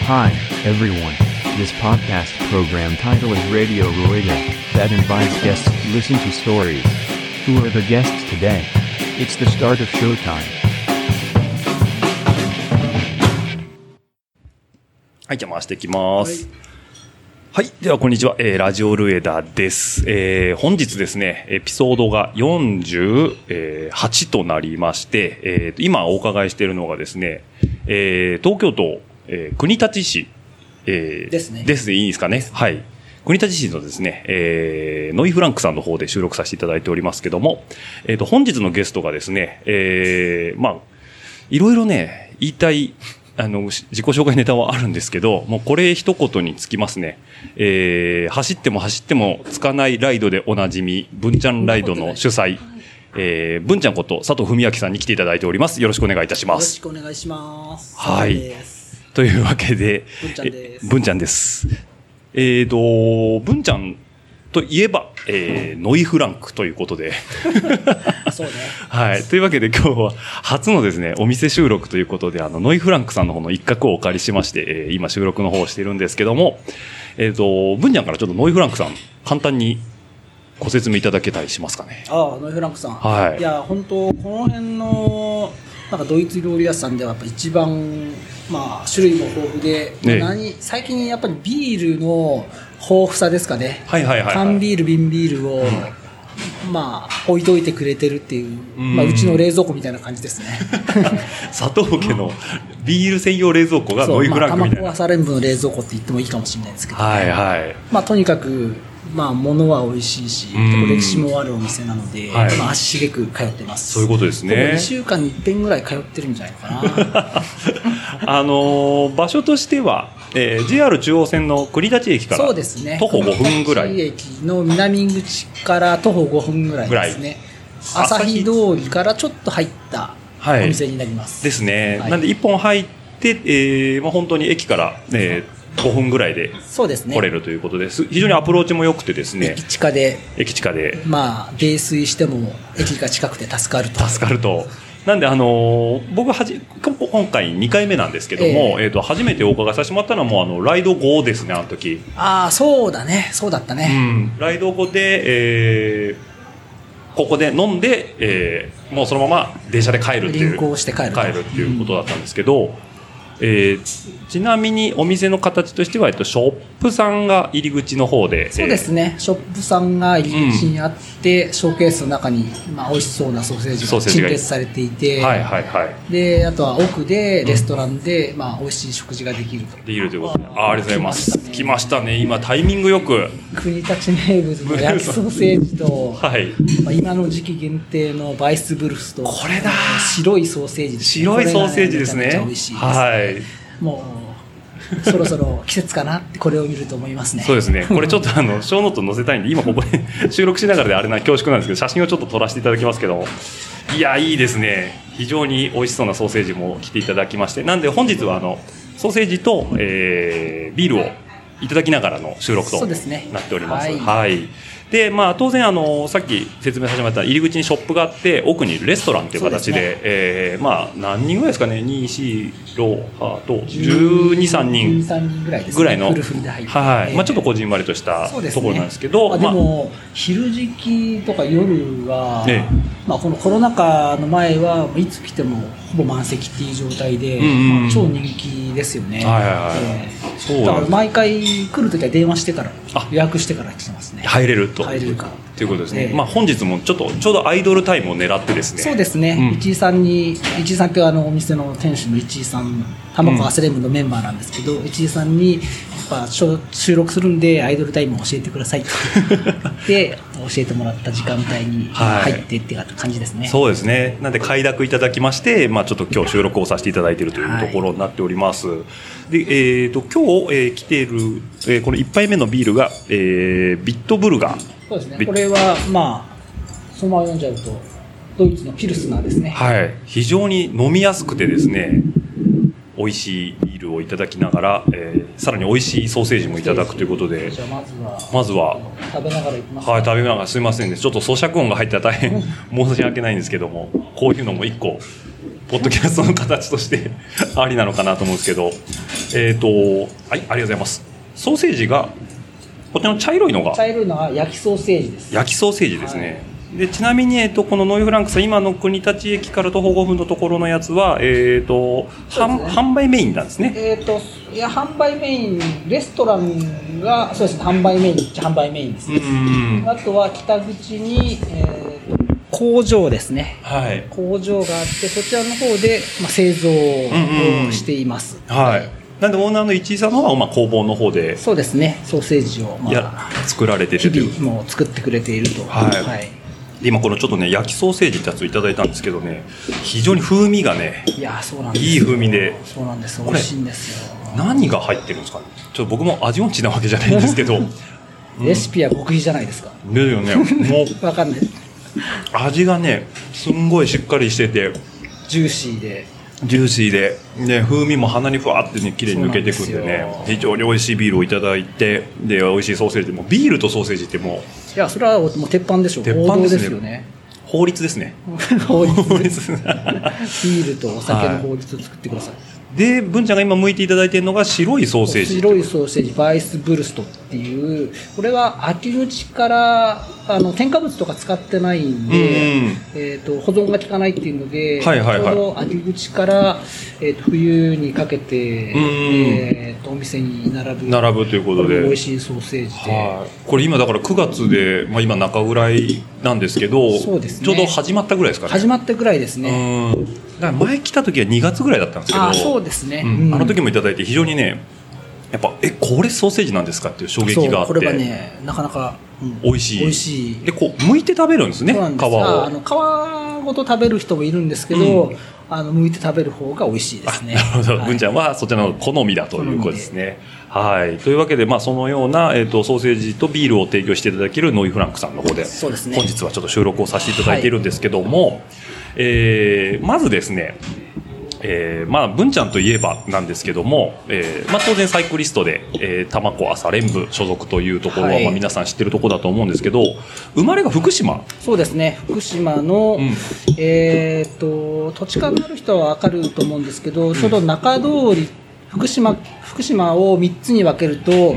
Hi, everyone. This podcast program title is Radio Rueda, that invites guests to listen to stories. Who are the guests today? It's the start of showtime. はい、じゃあ回していきます。はい、ではこんにちは、ラジオルエダです。本日ですね、エピソードが48となりまして、今お伺いしているのがですね、東京都、国立市、ですね、いいですかね。はい。国立市のですね、ノイフランクさんの方で収録させていただいておりますけども、本日のゲストがですね、まあ、いろいろね、言いたい、自己紹介ネタはあるんですけど、もうこれ一言につきますね。走っても走ってもつかないライドでおなじみ、文ちゃんライドの主催、文ちゃんこと佐藤文明さんに来ていただいております。よろしくお願いいたします。 よろしくお願いします。 はい。というわけで、文ちゃんです。文ちゃんといえば、ノイフランクということでそうね。 はい。というわけで今日は初のですね、お店収録ということで、ノイフランクさんの方の一角をお借りしまして、今収録の方をしているんですけども、文ちゃんからちょっとノイフランクさん、簡単にご説明いただけたりしますかね。 ノイフランクさん。 はい。 いや、本当この辺の、なんかドイツ料理屋さんではやっぱ一番、まあ、種類も豊富で、ね、最近やっぱりビールの豊富さですかね。 はいはいはい、はい。 缶ビール、瓶ビールを、まあ、置いといてくれてるっていう、まあ、うちの冷蔵庫みたいな感じですね。 佐藤家のビール専用冷蔵庫がノイフランクみたいな。 玉子朝練部の冷蔵庫って言ってもいいかもしれないですけど、ね、 はいはい。 まあ、とにかく、まあ、物は美味しいし、歴史もあるお店なので、まあ、足しげく通ってます。 そういうことですね。 2週間に1遍ぐらい通ってるんじゃないかな。 場所としては、JR 中央線の国立駅から徒歩5分ぐらい。 国立駅の南口から徒歩5分ぐらいですね。朝日通りからちょっと入ったお店になります。 ですね。はい、なんで1本入って、まあ、本当に駅から、5分ぐらいで来れるということです。非常にアプローチも良くてですね。 駅地下で。まあ、泥酔しても駅が近くて助かると。 なんで僕今回2回目なんですけども、初めてお伺いさせてもらったのはもうライド5ですね、あの時。 そうだね。そうだったね。 ライド5で、ここで飲んで、もうそのまま電車で帰るっていう。 輪行して帰るっていうことだったんですけど、ちなみにお店の形としては、ショップさんが入り口の方で。 そうですね。ショップさんが入り口にあって、ショーケースの中に、まあ、美味しそうなソーセージが陳列されていて、 はいはいはい。 で、あとは奥でレストランで、まあ、美味しい食事ができると。 できるということで。ありがとうございます。来ましたね。今、タイミングよく。 国立名物の焼きソーセージと、 はい。 まあ、今の時期限定のバイスブルフスと、 これだ。 白いソーセージですね。 白いソーセージですね。 めちゃめちゃ美味しいです。 はい。 もうそろそろ季節かなってこれを見ると思いますね。 そうですね。これちょっとショーノート載せたいんで、今ここで収録しながらであれな恐縮なんですけど、写真をちょっと撮らせていただきますけど、いやいいですね。非常に美味しそうなソーセージも来ていただきまして、なんで本日はソーセージと、ビールをいただきながらの収録となっております。はい。で、まあ、当然、さっき説明させてもらった入り口にショップがあって、奥にレストランという形で、まあ、何人ぐらいですかね、2、4、6、8、12、3人ぐらいの、はい。まあ、ちょっとこじんまりとしたところなんですけど、 でも、昼時期とか夜は、まあ、このコロナ禍の前はいつ来てもほぼ満席っていう状態で、まあ、超人気ですよね。だから毎回来るときは電話してから予約してから来てますね。 入れると入れるからということですね。まあ本日もちょうどアイドルタイムを狙ってですね。 そうですね。市井さんってお店の店主の市井さん、玉子アスレムのメンバーなんですけど、市井さんにやっぱ収録するんでアイドルタイムを教えてくださいとで教えてもらった時間帯に入ってっていう感じですね。 そうですね。なんで快諾いただきまして、まあちょっと今日収録をさせていただいているというところになっております。で、今日、来ている、この1杯目のビールが、ビットブルガー。 そうですね。これはまあそのまま読んじゃうとドイツのピルスナーですね。 はい。非常に飲みやすくてですね、美味しいビールをいただきながら、さらに美味しいソーセージもいただくということで、 じゃあまずは食べながらいきます。 はい、食べながらすいませんね。ちょっと咀嚼音が入ったら大変申し訳ないんですけども、こういうのも一個ポッドキャストの形としてありなのかなと思うんですけど、 はい、ありがとうございます。ソーセージがこっちの茶色いのが焼きソーセージです。 焼きソーセージですね。はい、でちなみに、このノイフランクさん、今の国立駅から徒歩5分のところのやつは、販売メインなんですね。 いや、販売メイン、レストランがそうですね、販売メインですね。あとは北口に、工場ですね、はい、工場があってそちらの方で、製造をしています。 はい。なんでオーナーの市井さんの方は工房の方でそうですね、ソーセージを、 作られてて日々もう作ってくれていると。 はい、はい、で今このちょっとね焼きソーセージってやつをいただいたんですけどね、非常に風味がね、 いやそうなんです、 いい風味で、 そうなんです、美味しいんですよ。 何が入ってるんですかね。ちょっと僕も味音痴なわけじゃないんですけどレシピは極秘じゃないですか。 ですよね。もう分かんない。 味がねすんごいしっかりしててジューシーで、 ね、風味も鼻にふわってね綺麗に抜けてくんでね、非常に美味しいビールをいただいて、で美味しいソーセージでもビールとソーセージってもう、 いやそれはもう鉄板でしょ。 鉄板ですよね。 法律ですね。 法律ビールとお酒の法律を作ってください。 で文ちゃんが今剥いていただいているのが白いソーセージ。 白いソーセージバイスブルストっていう、これは秋口から添加物とか使ってないんで、保存が効かないっていうので、ちょうど秋口から、冬にかけて、お店に並ぶということで美味しいソーセージで、 これ今だから9月で、今中ぐらいなんですけど、そうですね、ちょうど始まったぐらいですかね。 始まったぐらいですね。 だから前来た時は2月ぐらいだったんですけど、 そうですね、 あの時もいただいて非常にね、やっぱこれソーセージなんですかっていう衝撃があって、 これはねなかなか、 美味しい。でこう剥いて食べるんですね。皮を皮ごと食べる人もいるんですけど、剥いて食べる方が美味しいですね。 なるほど、文ちゃんはそちらの好みだということですね。はい。というわけで、そのような、ソーセージとビールを提供していただけるノイフランクさんの方で、そうですね、本日はちょっと収録をさせていただいているんですけども、まずですね、文ちゃんといえばなんですけども、当然サイクリストで、多摩湖朝練部所属というところは、皆さん知ってるところだと思うんですけど、生まれが福島。そうですね、 福島の、土地勘がある人は分かると思うんですけど、ちょうど中通り、福島を3つに分けると、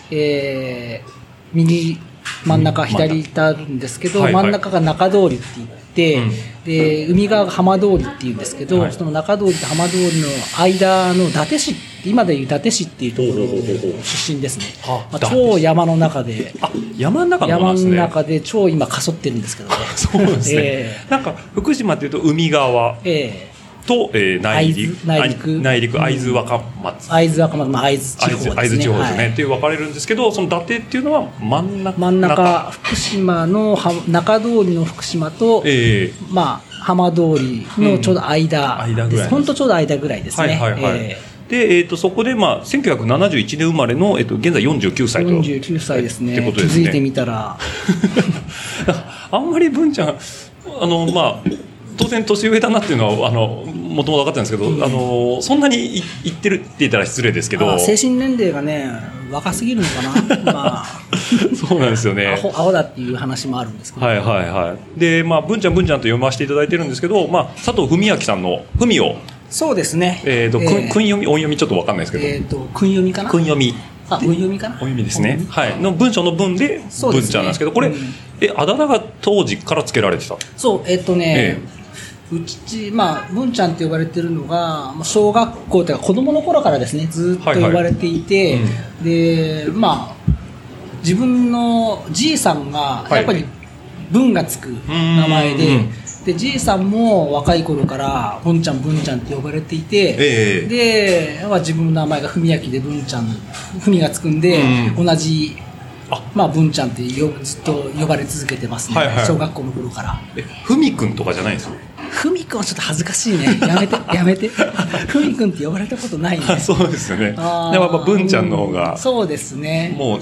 右真ん中左ってあるんですけど、真ん中が中通りって言って、で海側が浜通りっていうんですけど、その中通りと浜通りの間の伊達市、今でいう伊達市っていうところ出身ですね。超山の中で、 山の中で超今かそってるんですけどね。 そうですね。なんか福島っていうと海側と、内陸会津若松、会津地方ですね、っていう分かれるんですけど、その伊達っていうのは真ん中福島の中通りの福島と、浜通りのちょうど間です。本当ちょうど間ぐらいですね。 で、そこで、1971年生まれの、現在49歳と。 49歳ですね。気づいてみたら。 あんまり文ちゃん、当然年上だなっていうのはもともと分かってたんですけど、そんなに言ってるって言ったら失礼ですけど、 精神年齢がね若すぎるのかな。 そうなんですよね。 アホだっていう話もあるんですけど、 で文ちゃんと読ませていただいてるんですけど、佐藤文明さんの文を、 そうですね、 訓読み音読みちょっと分かんないですけど、 訓読みかな、 訓読み、 文読みかな、 お読みですね、の文章の文で文ちゃんなんですけど、これ、あだ名が当時からつけられてた。 そう、うち、文ちゃんって呼ばれてるのが小学校というか子供の頃からですね、ずっと呼ばれていて、で自分のじいさんがやっぱり文がつく名前で、じいさんも若い頃から文ちゃんって呼ばれていて、で自分の名前が文明で文ちゃん、文がつくんで、同じ文ちゃんってずっと呼ばれ続けてますね、小学校の頃から。 ふみくんとかじゃないんですよ。 ふみくんはちょっと恥ずかしいね。やめて。ふみくんって呼ばれたことないね。 そうですよね。でも文ちゃんの方が、 そうですね。 もう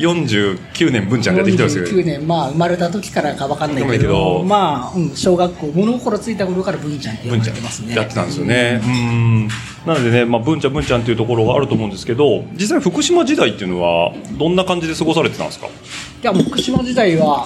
49年文ちゃんができたんですよ。 49年、生まれた時からか分かんないけど、小学校物心ついた頃から文ちゃんって呼ばれてますね。 やってたんですよね。なのでね、文ちゃんっていうところがあると思うんですけど、実際福島時代っていうのはどんな感じで過ごされてたんですか？いや、もう福島時代は、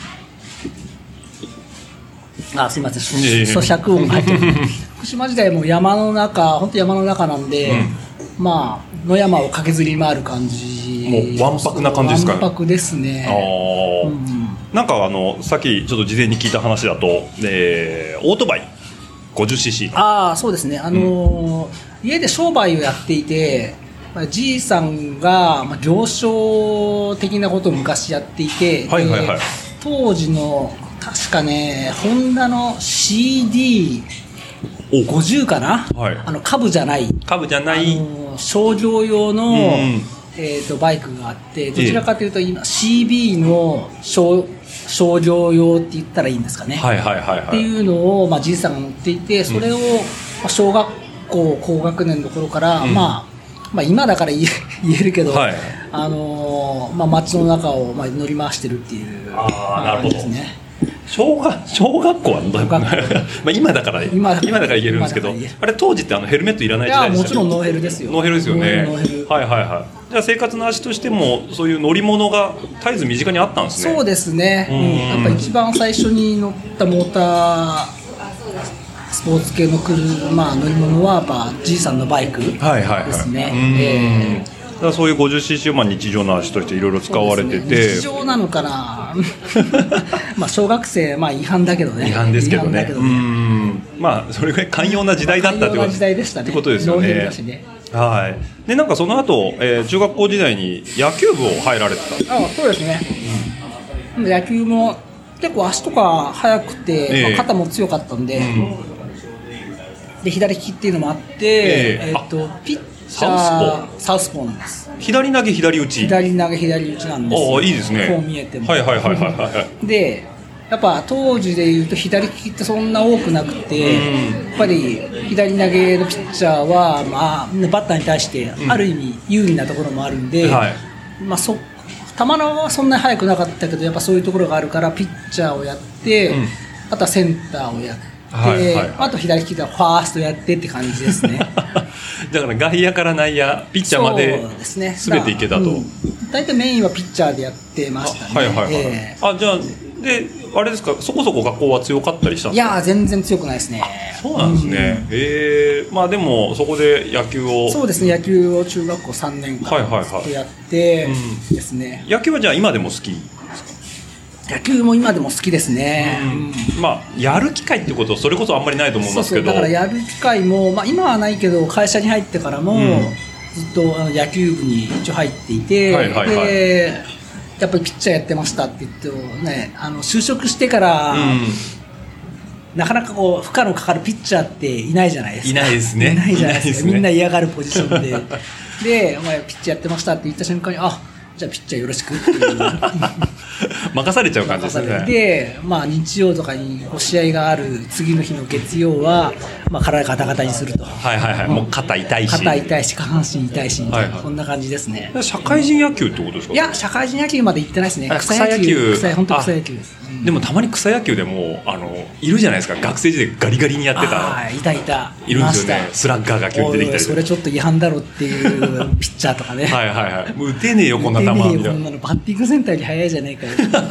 すいません、咀嚼音が入ってる。福島時代も山の中、本当山の中なんで、 まあ野山を駆けずり回る感じ。 もうわんぱくな感じですかね。 わんぱくですね。 なんかさっきちょっと事前に聞いた話だと、オートバイ 50cc。 そうですね。家で商売をやっていて、じいさんが行商的なことを昔やっていて、当時の確かね、ホンダの CD50 かな、株じゃない商業用の、バイクがあって、どちらかというと今 CB の商業用って言ったらいいんですかね、っていうのを、じいさんが乗っていて、それを、小学校高学年の頃から、今だから言えるけど、街の中を乗り回してるっていう感じですね。 小学校は今だから言えるんですけど、あれ当時ってヘルメットいらない時代でしたね。 もちろんノーヘルですよ。 ノーヘルですよね。じゃあ生活の足としてもそういう乗り物が絶えず身近にあったんですね。 そうですね。やっぱ一番最初に乗ったモータースポーツ系の乗り物はやっぱじいさんのバイクですね。 だからそういう 50cc を日常の足としていろいろ使われてて、 日常なのかな小学生違反だけどね。 違反ですけどね。それぐらい寛容な時代だったってことですよね。でなんかその後、中学校時代に野球部を入られてた。 そうですね。野球も結構足とか速くて、肩も強かったんで、で左利きっていうのもあって、ピッチャーサウスポーなんです。 左投げ左打ち。 左投げ左打ちなんですよ。 いいですね。 こう見えても。 でやっぱ当時でいうと左利きってそんな多くなくて、やっぱり左投げのピッチャーは、バッターに対してある意味有利なところもあるんで、球のはそんなに速くなかったけど、やっぱそういうところがあるからピッチャーをやって、あとはセンターをやって、あと左利きではファーストやってって感じですね。 だから外野から内野ピッチャーまで全ていけたと。 大体メインはピッチャーでやってましたね。 じゃあであれですか、そこそこ学校は強かったりしたんですか？ いや全然強くないですね。 そうなんですね。でもそこで野球を。 そうですね、野球を中学校3年間やってですね。 野球はじゃあ今でも好き？ 野球も今でも好きですね。 やる機会ってことそれこそあんまりないと思いますけど。 だからやる機会も、今はないけど会社に入ってからも、ずっと野球部に一応入っていて、やっぱりピッチャーやってましたって言ってね、就職してから、なかなか負荷のかかるピッチャーっていないじゃないですか。 いないですね。 いないじゃないですか。みんな嫌がるポジションでで、お前ピッチャーやってましたって言った瞬間に、じゃあピッチャーよろしくっていう任されちゃう感じですね。 で、日曜とかに試合がある次の日の月曜は、体ガタガタにすると。 もう肩痛いし下半身痛いし、そんな感じですね。 社会人野球ってことですか？ いや、社会人野球まで行ってないですね。草野球本当草野球です。 でもたまに草野球でもいるじゃないですか、学生時代ガリガリにやってた。いるんですよね。スラッガーが急に出てきたり。 それちょっと違反だろっていうピッチャーとかね。 もう打てねえよこんな球みたいな。 バッティングセンターより速いじゃないかよ。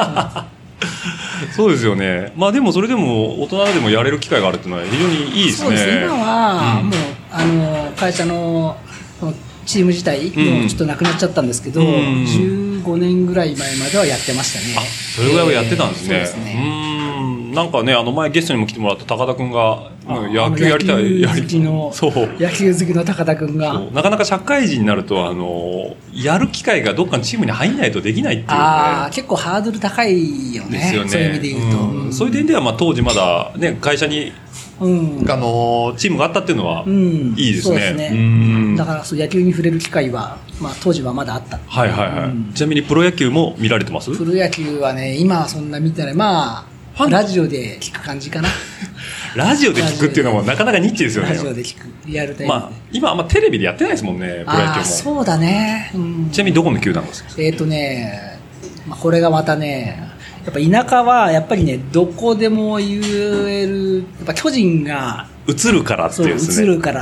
そうですよね。でもそれでも大人でもやれる機会があるっていうのは非常にいいですね。 そうですね。今はもう会社のチーム自体もちょっとなくなっちゃったんですけど、15年ぐらい前まではやってましたね。 それぐらいはやってたんですね。 そうですね。 なんかね、前ゲストにも来てもらった高田くんが野球やりたい、 野球好きの高田くんがなかなか社会人になるとやる機会がどっかのチームに入んないとできないっていうね。 結構ハードル高いよね。 ですよね。 そういう意味で言うと、 そういう点では当時まだね会社にチームがあったっていうのはいいですね。 そうですね。だから野球に触れる機会は当時はまだあった。 ちなみにプロ野球も見られてます？ プロ野球はね、今はそんな見てない。ラジオで聞く感じかな。 ラジオで聞くっていうのもなかなかニッチですよね。 ラジオで聞くリアルタイムで。 今あんまテレビでやってないですもんね、プロ野球も。 そうだね。 ちなみにどこの球団ですか？ これがまたね、やっぱ田舎はやっぱりね、どこでも言える、やっぱ巨人が映るからっていうですね。 映るから、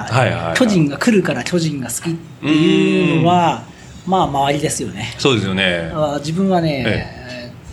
巨人が来るから巨人が好きっていうのは周りですよね。 そうですよね。 自分はね、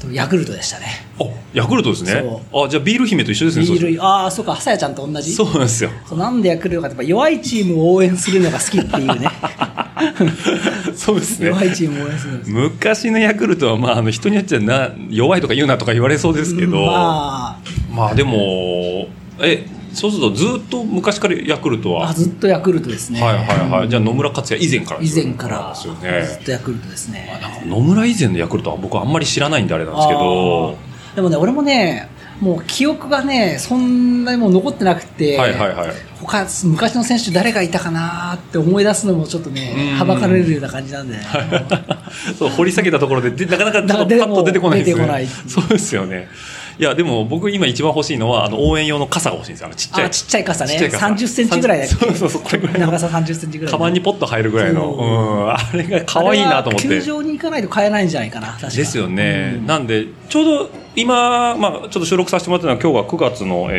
ヤクルトでしたね。 ヤクルトですね。じゃあビール姫と一緒ですね。 ビール、そうか、さやちゃんと同じ。 そうなんですよ。 なんでヤクルトかって、やっぱ弱いチームを応援するのが好きっていうね。 そうですね。 弱いチームを応援するんです。 昔のヤクルトは人によっては弱いとか言うなとか言われそうですけど、でもそうするとずっと昔からヤクルトはずっとヤクルトですね。 じゃあ野村克也以前からですよね。ずっとヤクルトですね。 野村以前のヤクルトは僕はあんまり知らないんであれなんですけど、 でもね、俺もね、もう記憶がねそんなにもう残ってなくて、昔の選手誰がいたかなって思い出すのもちょっとねはばかれるような感じなんで、 そう掘り下げたところでなかなかちょっとパッと出てこないですね。そうですよね。いやでも僕今一番欲しいのは応援用の傘が欲しいんですよ。ちっちゃい傘ね。30センチぐらいだっけ。そうこれぐらい長さ30センチぐらい。カバンにポッと入るぐらいの、あれが可愛いなと思って。球場に行かないと買えないんじゃないかな。確かですよね。なんでちょうど今ちょっと収録させてもらってるのは今日が9月の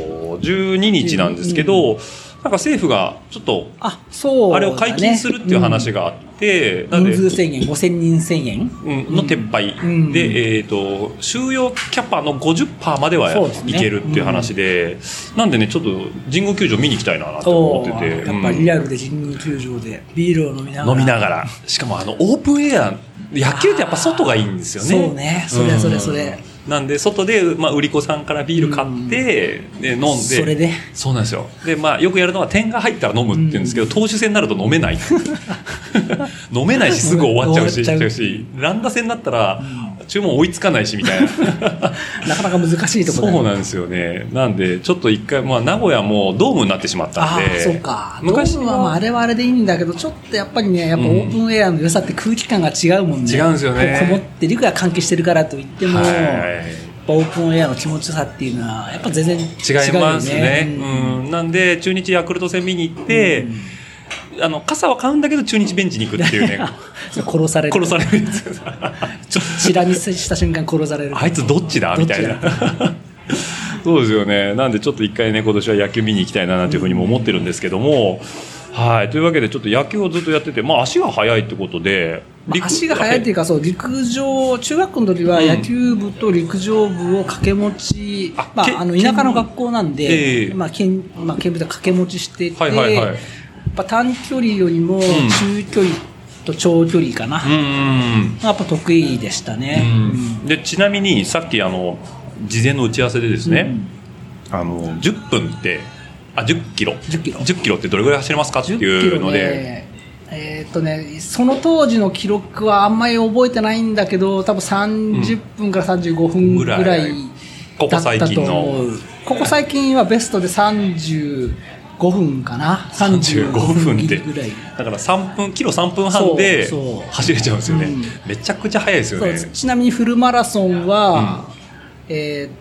12日なんですけど。なんか政府がちょっとあれを解禁するっていう話があって、 人数制限5000人制限の撤廃で、収容キャパの 50% まではいけるっていう話で、なんでねちょっと神宮球場見に行きたいなと思ってて、 やっぱりリアルで神宮球場でビールを飲みながら、 しかもオープンエア野球ってやっぱ外がいいんですよね。 そうね、それなんで外で売り子さんからビール買ってで飲んで、 それでそうなんですよ。でよくやるのは点が入ったら飲むって言うんですけど、投手戦になると飲めない飲めないしすぐ終わっちゃうし乱打戦になったら注文追いつかないしみたいななかなか難しいところだ、 そうなんですよね。なんでちょっと一回名古屋もドームになってしまったんで、 そうか、昔ドームはあれはあれでいいんだけど、ちょっとやっぱりね、やっぱオープンエアの良さって空気感が違うもんね。 違うんですよね。 こもってるから関係してるからといっても、オープンエアの気持ちよさっていうのはやっぱ全然違いますね。なんで中日ヤクルト戦見に行って、傘は買うんだけど中日ベンチに行くっていうね殺されるチラ見した瞬間殺される。 あいつどっちだみたいなそうですよね。なんでちょっと一回ね今年は野球見に行きたいなというふうにも思ってるんですけども、というわけでちょっと野球をずっとやってて、足が速いってことで、 足が速いっていうか、陸上中学校の時は野球部と陸上部を掛け持ち、田舎の学校なんで、県部で掛け持ちしてて、短距離よりも中距離と長距離かな、やっぱ得意でしたね。 でちなみにさっき事前の打ち合わせでですね、10分って10キロってどれぐらい走れますかっていうので、 その当時の記録はあんまり覚えてないんだけど、多分30分から35分ぐらいだったと思う。ここ最近はベストで35分かな。 35分ってだからキロ3分半で走れちゃうんですよね。めちゃくちゃ速いですよね。 ちなみにフルマラソンは、3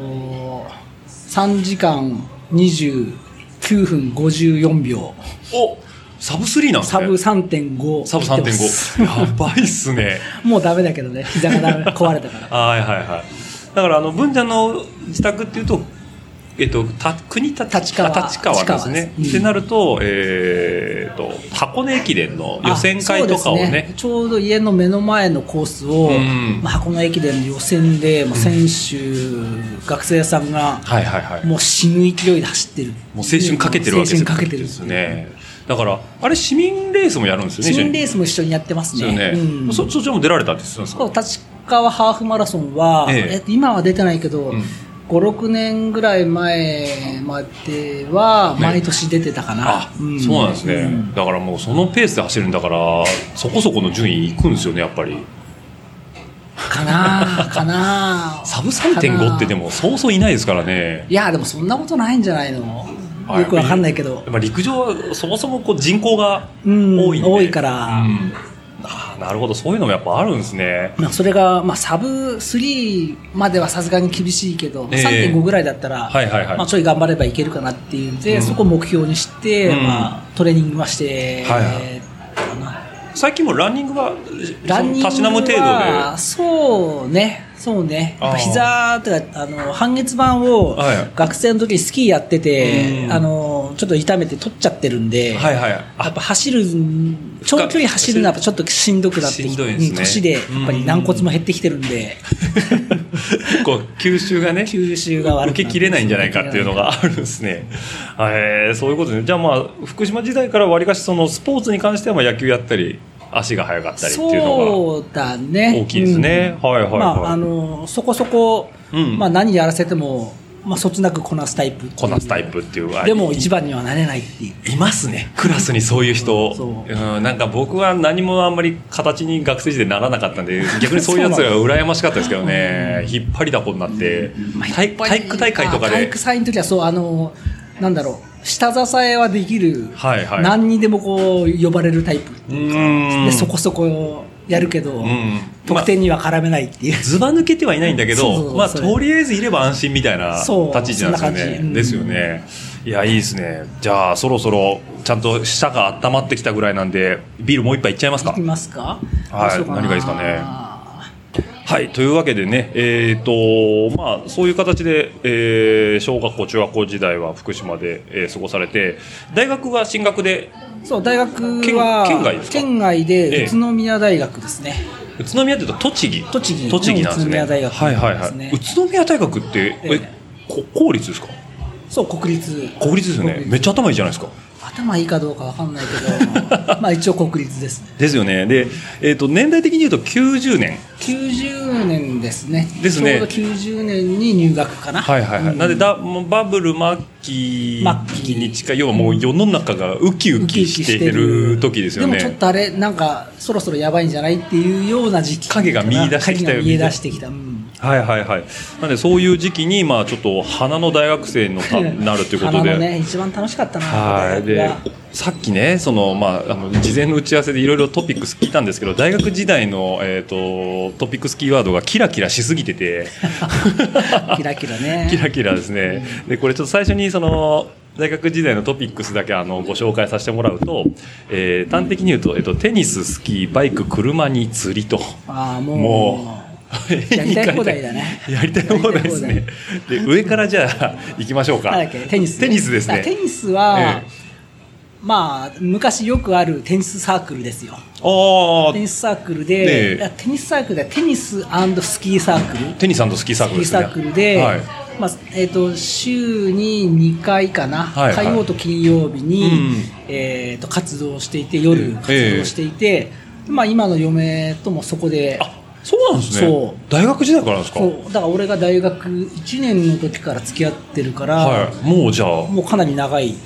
時間29分54秒。 サブ3なんですね。 サブ 3.5。 サブ 3.5。やばいっすね。 もうダメだけどね。膝が壊れたから。 だから文ちゃんの自宅っていうと、国立川ですね。ってなると、箱根駅伝の予選会とかをね、 ちょうど家の目の前のコースを、箱根駅伝の予選で、選手、学生さんが、もう死ぬ勢いで走ってる。 もう青春かけてるわけですね。だからあれ市民レースもやるんですよね。 市民レースも一緒にやってますね。 そちらも出られたんですか。 立川ハーフマラソンは、今は出てないけど、5、6年ぐらい前までは毎年出てたかな。 そうなんですね。だからもうそのペースで走るんだからそこそこの順位いくんですよね、やっぱり。 かなサブ 3.5 ってでもそうそういないですからね。 いやでもそんなことないんじゃないの。よくわかんないけど、 陸上はそもそも人口が多いから、 なるほど、そういうのもやっぱあるんですね。 それが、サブ3まではさすがに厳しいけど、3.5 ぐらいだったら、ちょい頑張ればいけるかなっていうんで、そこを目標にして、トレーニングはして、 最近もランニングはたしなむ程度で。 そうね。やっぱ膝とか半月板を学生の時にスキーやってて、ちょっちょっと痛めて取っちゃってるんで、 はいはい、 やっぱ長距離走るのはちょっとしんどくなってきて、ね、年でやっぱり軟骨も減ってきてるんで、 こう吸収がね、 悪受けきれないんじゃないかっていうのがあるんですね。そういうことね。じゃあまあ福島時代からわりかしそのスポーツに関しては野球やったり足が速かったりっていうのが大きいですね。はいはいはい。 まあそこそこ、まあ何やらせても。まあ、そつなくこなすタイプっていう。 でも一番にはなれないっていう。 いますね。クラスにそういう人。なんか僕は何もあんまり形に学生時代ならなかったんで、逆にそういうやつらが羨ましかったですけどね。引っ張りだこになって、体育大会とかで。 体育祭の時はそう、なんだろう、下支えはできる、はいはい、何にでもこう呼ばれるタイプで、そこそこやるけど、得点には絡めないっていう、 ずば抜けてはいないんだけど、まあとりあえずいれば安心みたいな立ち位置なんですよね。ですよね。いやいいですね。じゃあそろそろちゃんと舌が温まってきたぐらいなんでビールもう一杯いっちゃいますか。 いきますか。 はい。何がいいですかね。はい、というわけでね、まあ、そういう形で、小学校中学校時代は福島で、過ごされて、大学は進学で。 そう大学は県外ですか。 県外で宇都宮大学ですね。 宇都宮って言うと栃木なんですね。 宇都宮大学、 はいはいはい。宇都宮大学って公立ですか。 そう国立ですよね。めっちゃ頭いいじゃないですか。 頭いいかどうかわかんないけどまあ一応国立ですね。 ですよね。で、年代的に言うと90年ですね。 ですね。 ちょうど90年に入学かな。 はいはいはい。なんでバブル末期に近い、要はもう世の中がウキウキしている時ですよね。 でもちょっとあれなんかそろそろやばいんじゃないっていうような時期。 影が見え出してきたよ。はいはいはい。なんでそういう時期にまあちょっと花の大学生になるということで。 花のね一番楽しかったな。 はい。でさっきねそのまあ事前の打ち合わせでいろいろトピックス聞いたんですけど、大学時代のトピックスキーワードがキラキラしすぎてて。 キラキラね。 キラキラですね。でこれちょっと最初にその大学時代のトピックスだけご紹介させてもらうと、端的に言うとテニス、スキー、バイク、車に釣りと。 もうやりたい放題だね。 やりたい放題ですね。で上からじゃあ行きましょうか。 テニスですね。テニスは、まあ昔よくあるテニスサークルですよ。テニスサークルで、テニスサークルでテニス&スキーサークル。 テニス&スキーサークルですね。 スキーサークルで、まあ週に2回かな、火曜と金曜日に、活動していて、夜活動していて、まあ今の嫁ともそこで。 そうなんですね。そう大学時代からですか。 そうだから俺が大学1年の時から付き合ってるから、 もうじゃあもうかなり長い。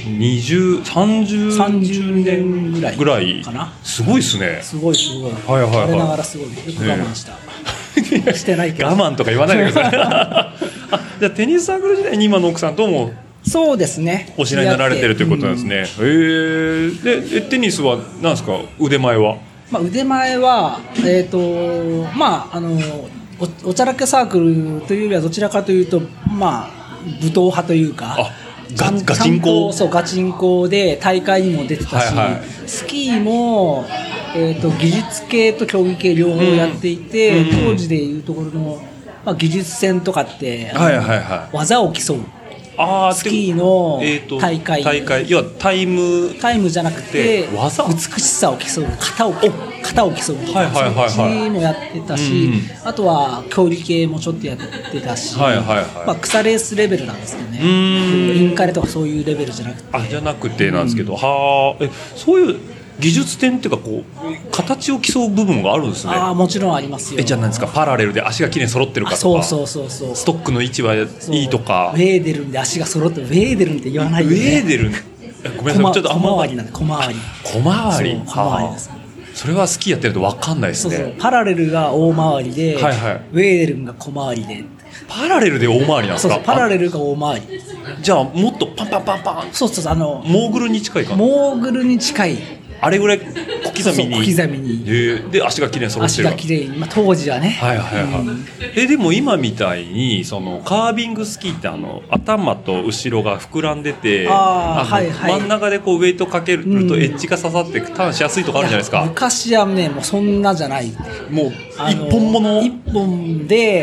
30年ぐらいかな。すごいですね。 すごい。我ながらすごい。よく我慢した。してないけど。 我慢とか言わないでください。じゃあテニスサークル時代に今の奥さんとも。 そうですね。 お知り合いになられてるということなんですね。でテニスは何ですか、腕前は。 まあ、腕前は、まあ、おちゃらけサークルというよりはどちらかというと、まあ、武闘派というか、ガチンコ。そう、ガチンコで大会にも出てたし、スキーも、技術系と競技系両方やっていて、当時でいうところの、まあ、技術戦とかって、技を競う。スキーの大会、 要はタイムじゃなくて技、美しさを競う、型を競うそっちもやってたし、あとは競技系もちょっとやってたし、まあ草レースレベルなんですけどね。インカレとかそういうレベルじゃなくてなんですけど、そういう技術点っていうかこう形を競う部分があるんですね。 もちろんありますよ。 じゃあ何ですか、パラレルで足がきれいに揃ってるかとか、 そうストックの位置はいいとか、 ウェーデルンで足が揃ってる、ウェーデルンって言わないよね。 ウェーデルン、ごめんなさい、ちょっと小回りなんで、小回りです。 それはスキーやってると分かんないですね。 そうパラレルが大回りで、ウェーデルンが小回りで。 パラレルで大回りなんですか。 パラレルが大回り。 じゃあもっとパンパンパンパン。 モーグルに近いかな。 モーグルに近い。 あれぐらい小刻みにで足がきれいに揃ってる。 足がきれいに、当時はね。 でも今みたいにそのカービングスキーって頭と後ろが膨らんでて、真ん中でこうウェイトかけるとエッジが刺さってターンしやすいとかあるじゃないですか。 昔はねもうそんなじゃない。 もう一本で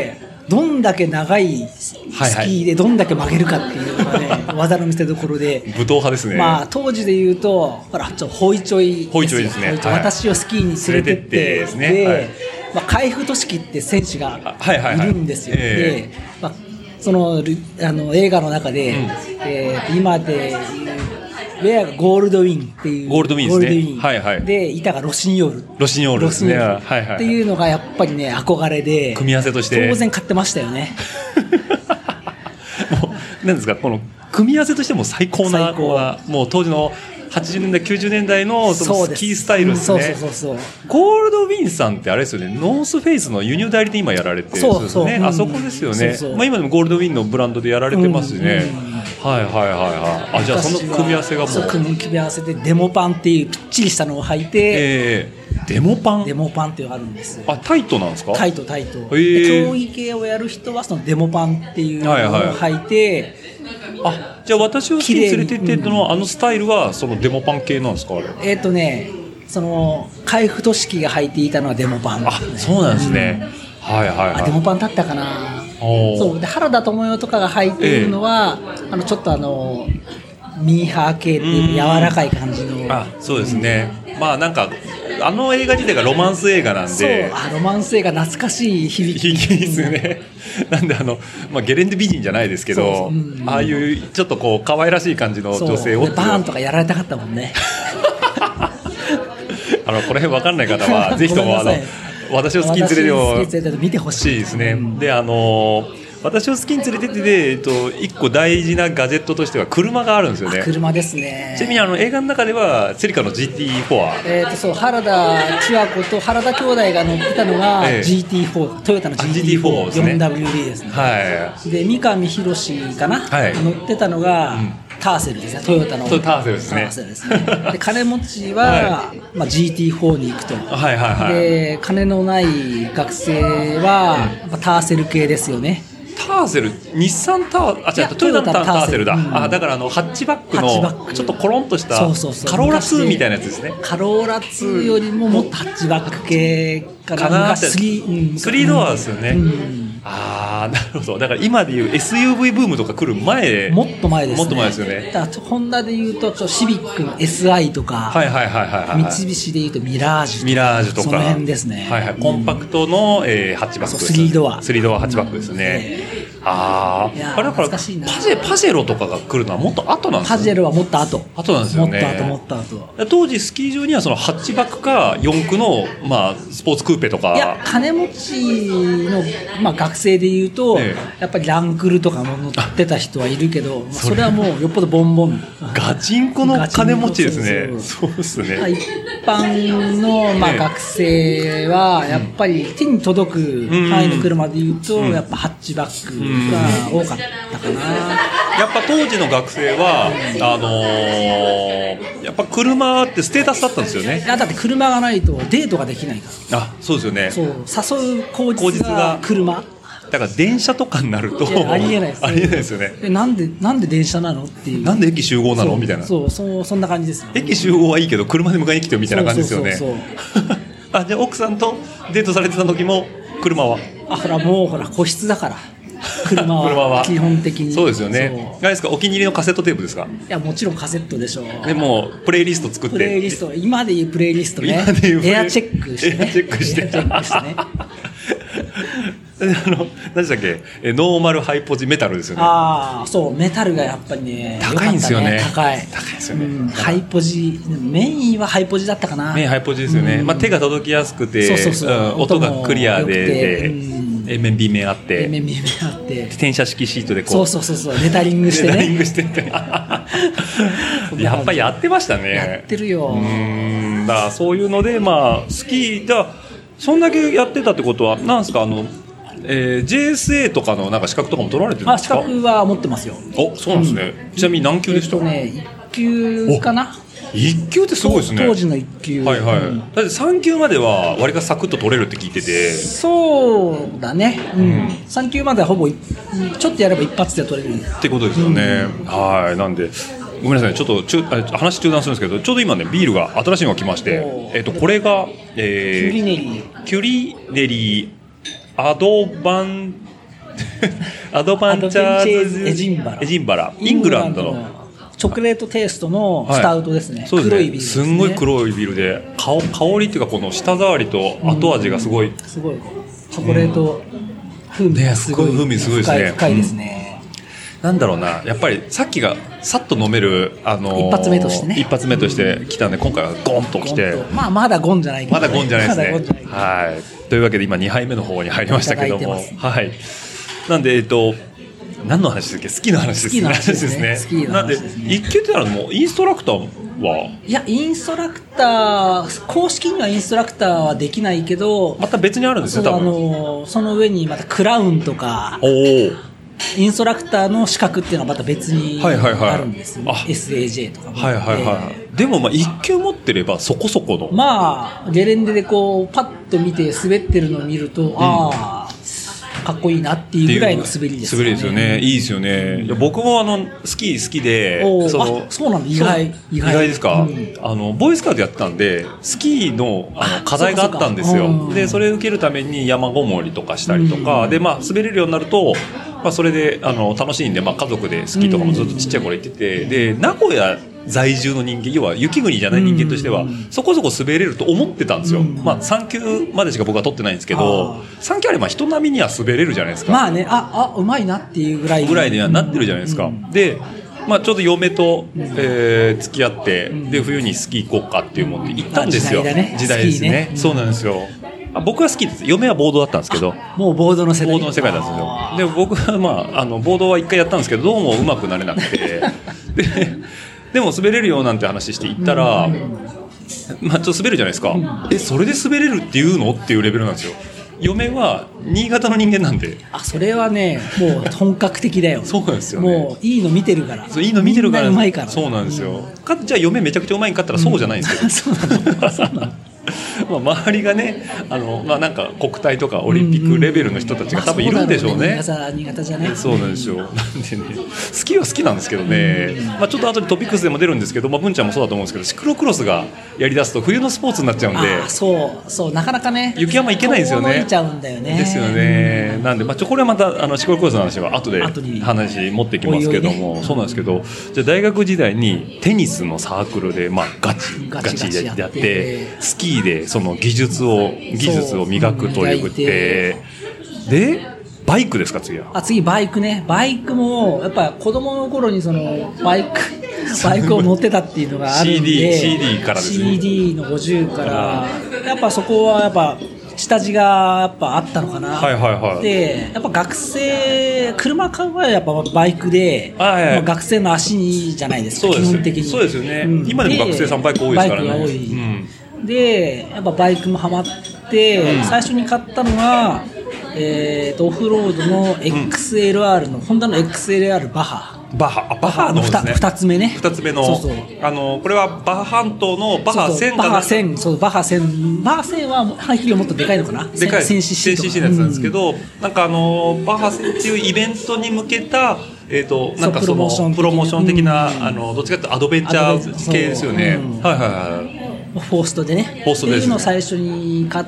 どんだけ長いスキーでどんだけ曲げるかっていうのがね、技の見せ所で、 武闘派ですね。 まあ当時で言うと、ほらホイチョイですね。 私をスキーに連れてってですね。 まあ海部俊樹って選手がいるんですよ。で、まあその映画の中で、今でウェアがゴールドウィンっていうゴールドウィンですね。はいはい。 で板がロシニョールですね。はいはい。 っていうのがやっぱりね憧れで組み合わせとして当然買ってましたよね。 もうなんですか、この組み合わせとしても最高なもう当時の80年代90年代のそのスキースタイルですね。そうゴールドウィンさんってあれですよね、ノースフェイスの輸入代理店今やられてるんですよね。あそこですよね。まあ今でもゴールドウィンのブランドでやられてますしね。はいはいはいはい。あ、じゃあその組み合わせがもう組み合わせでデモパンっていうぴっちりしたのを履いて、 デモパンっていうのがあるんです。 あ、タイトなんですか？ タイト。競技系をやる人はそのデモパンっていうのを履いて、 あ、じゃあ私をスキー連れてってのあのスタイルはそのデモパン系なんですか？あれその海部俊樹が履いていたのはデモパン、 あ、そうなんですね。はいはいはい。 デモパンだったかな。そうで原田知世とかが履いているのは、ちょっとミーハー系っていう柔らかい感じの。 あ、そうですね。まあなんかあの映画自体がロマンス映画なんで、そうロマンス映画懐かしい響きですね。なんでまあ、ゲレンデ美人じゃないですけど、ああいうちょっとこう可愛らしい感じの女性をバーンとかやられたかったもんね。 この辺分かんない方はぜひとも私をスキーに連れてよ見てほしいですね。で私をスキーに連れてって一個大事なガジェットとしては車があるんですよね。 車ですね。 ちなみに映画の中ではセリカの GT4 はそう原田千和子と原田兄弟が乗ってたのが GT4、トヨタの GT4 ですね。 4WD ですね。はい。で三上博史かな、乗ってたのが、ターセルですね。トヨタのターセルですね。 で金持ちは、まあ、GT4 に行くと、で金のない学生は、ターセル系ですよね。 ターセル、日産ター、トヨタのターセルだ。だからハッチバックのちょっとコロンとしたカローラ2みたいなやつですね。 カローラ2よりももっとハッチバック系かなって。 3ドアですよね。なるほど。だから今でいう SUV ブームとか来る前、 もっと前ですね。 もっと前ですよね。 だからホンダでいうとシビックの SI とか、三菱でいうとミラージュとか、その辺ですね。 コンパクトのハッチバック、 3ドアハッチバックですね。あれだからパジェロとかが来るのはもっと後なんですか？ パジェロはもっと後なんですよね。 もっと後。 当時スキー場にはそのハッチバックか四駆のスポーツクーペとか。 いや金持ちの学生でいうとやっぱりランクルとかも乗ってた人はいるけど、それはもうよっぽどボンボン。 ガチンコの金持ちですね。そうですね。 一般の学生はやっぱり手に届く範囲の車でいうとやっぱハッチバックが多かったかな。 やっぱ当時の学生はやっぱ車ってステータスだったんですよね。 だって車がないとデートができないから。 そうですよね。 そう誘う口実が車。 だから電車とかになるとありえないです。 ありえないですよね。 なんで電車なのっていう。 なんで駅集合なのみたいな。 そんな感じです。 駅集合はいいけど車で迎えに来てよみたいな感じですよね。じゃあ奥さんとデートされてた時も車は？ もう個室だから。車は基本的にそうですよね。何ですか、お気に入りのカセットテープですか？ いやもちろんカセットでしょう。 でもプレイリスト作って、 プレイリスト今でいうプレイリストね、エアチェックしてね。 何でしたっけ、ノーマルハイポジメタルですよね。 そうメタルがやっぱりね高いんですよね。 高いですよね。 ハイポジメインはハイポジだったかな。 メインハイポジですよね。手が届きやすくて音がクリアでA面 B 面あって転写式シートでレタリングしてねやっぱりやってましたね。 やってるよ。 だからそういうのでスキーだそんだけやってたってことはなんですかJSA とかのなんか資格とかも取られてるんですか？ 資格は持ってますよ。 そうなんですね。ちなみに何級でした？ 1級かな。 1級ってすごいですね。 当時の1級。 だって3級までは割がサクッと取れるって聞いてて。 そうだね。3級まではほぼちょっとやれば一発で取れるってことですよね。なんでごめんなさい、ちょっと話中断するんですけど、ちょうど今ねビールが新しいのが来まして、これが、キュリネリーアドバンアドバンチャーズエジンバラ、 イングランドのチョコレートテイストのスタウトですね。 そうですね。 黒いビールですね。 すんごい黒いビールで香りっていうかこの舌触りと後味がすごい、 すごいチョコレート風味がすごい、 風味すごいですね。 深いですね。 なんだろうな、やっぱりさっきがさっと飲める一発目としてね。 一発目として来たんで、今回はゴンと来て、 まだゴンじゃないけど、 まだゴンじゃないですね。はい。というわけで今2杯目の方に入りましたけども、はい。なんで何の話ですっけ？スキーの話ですね。 スキーの話ですね。 なんで一級ってなるのもインストラクターはいや、インストラクター公式にはインストラクターはできないけど、 また別にあるんですね。多分その上にまたクラウンとかインストラクターの資格っていうのはまた別にあるんですよ、SAJ とかも、 でも1級持ってればそこそこのゲレンデでこうパッと見て滑ってるのを見ると、かっこいいなっていうぐらいの滑りですよね。 滑りですよね。いいですよね。僕もスキー好きで、 そうなんだ。意外ですか。ボーイスカウトやってたんで、スキーの課題があったんですよ。でそれを受けるために山ごもりとかしたりとかで、滑れるようになると、それで楽しいんで、家族でスキーとかもずっとちっちゃい頃行ってて、で名古屋在住の人間、要は雪国じゃない人間としてはそこそこ滑れると思ってたんですよ。3級までしか僕は取ってないんですけど、3級あれば人並みには滑れるじゃないですか。 うまいなっていうぐらいにはなってるじゃないですか。でちょうど嫁と、付き合って、で冬にスキー行こうかっていうもんで行ったんですよ。時代ですね。そうなんですよ。僕は好きです。嫁はボードだったんですけど、 もうボードの世界なんですよ。で僕はボードは一回やったんですけど、どうもうまくなれなくてでも滑れるよなんて話して行ったら、ちょっと滑るじゃないですか。それで滑れるっていうのっていうレベルなんですよ。嫁は新潟の人間なんで、 それはね、もう本格的だよ。 そうなんですよね。 もういいの見てるから。 いいの見てるから。 うまいから。 そうなんですよ。じゃあ嫁めちゃくちゃうまいんかったらそうじゃないんですけど。そうなの。周りがね、なんか国体とかオリンピックレベルの人たちが多分いるんでしょうね。 新潟じゃね。 そうなんですよ。なんでね、スキーは好きなんですけどね、ちょっと後でトピックスでも出るんですけど、文ちゃんもそうだと思うんですけど、シクロクロスがやりだすと冬のスポーツになっちゃうんで、 そうなかなかね、 雪山行けないんですよね。 遠のいちゃうんだよね。 ですよね。なんでこれはまたシクロクロスの話は後で話持ってきますけども、そうなんですけど、じゃあ大学時代にテニスのサークルでガチでやって、スキーでその技術を磨くというでバイクですか。 次バイクね。バイクもやっぱ子供の頃にそのバイクを乗ってたっていうのがあるんで CD からですね。 CD の50からやっぱそこはやっぱ下地がやっぱあったのかな。でやっぱ学生車買う場合はやっぱバイクで、学生の足じゃないですか。基本的にそうですよね。今でも学生さんバイク多いですからね。バイクが多い、でやっぱバイクもハマって、最初に買ったのが、オフロードの XLR の、ホンダの XLR バハの2つ目ね。2つ目のこれはバハ半島のバハ1000 バハ1000は排気量もっとでかいのかな。 でかい 1000cc のやつなんですけど、なんかバハ1000っていうイベントに向けたなんかそのプロモーション的な、どっちかというとアドベンチャー系ですよね。 フォーストでね。っていうのを最初に買って、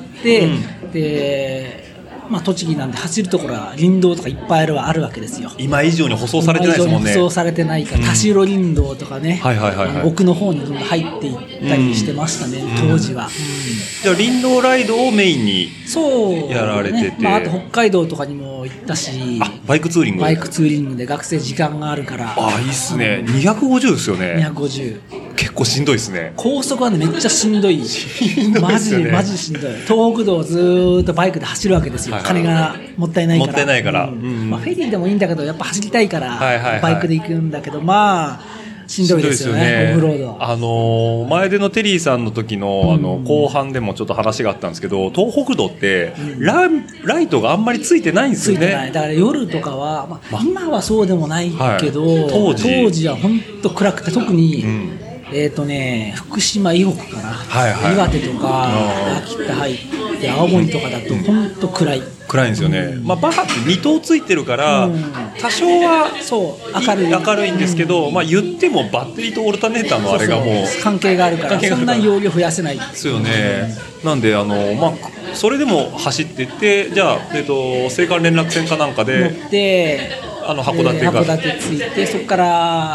で栃木なんで走るところは林道とかいっぱいあるわけですよ。 今以上に舗装されてないですもんね。 舗装されてないから、田代林道とかね、奥の方にどんどん入っていったりしてましたね、当時は。 じゃあ林道ライドをメインにやられてて、 あと北海道とかにも行ったし、 バイクツーリングで学生時間があるから。 いいっすね。250ですよね。 250 結構しんどいですね。 高速はねめっちゃしんどい。マジしんどい。東北道をずーっとバイクで走るわけですよ。金がもったいないから。 フェリーでもいいんだけどやっぱ走りたいからバイクで行くんだけど、しんどいですよね。オフロード。前でのテリーさんの時の後半でもちょっと話があったんですけど、東北道ってライトがあんまりついてないんですよね。 ついてない。だから夜とかは今はそうでもないけど、当時は本当暗くて、特に福島以北かな、岩手とか秋田入ってって青森とかだと本当暗いんですよね、バッハって2灯ついてるから、多少は明るいんですけど、言ってもバッテリーとオルタネーターのあれがもう関係があるからそんな容量増やせないですよね。なんでそれでも走ってってじゃあ、青函連絡船かなんかで乗って函館着いてそこから、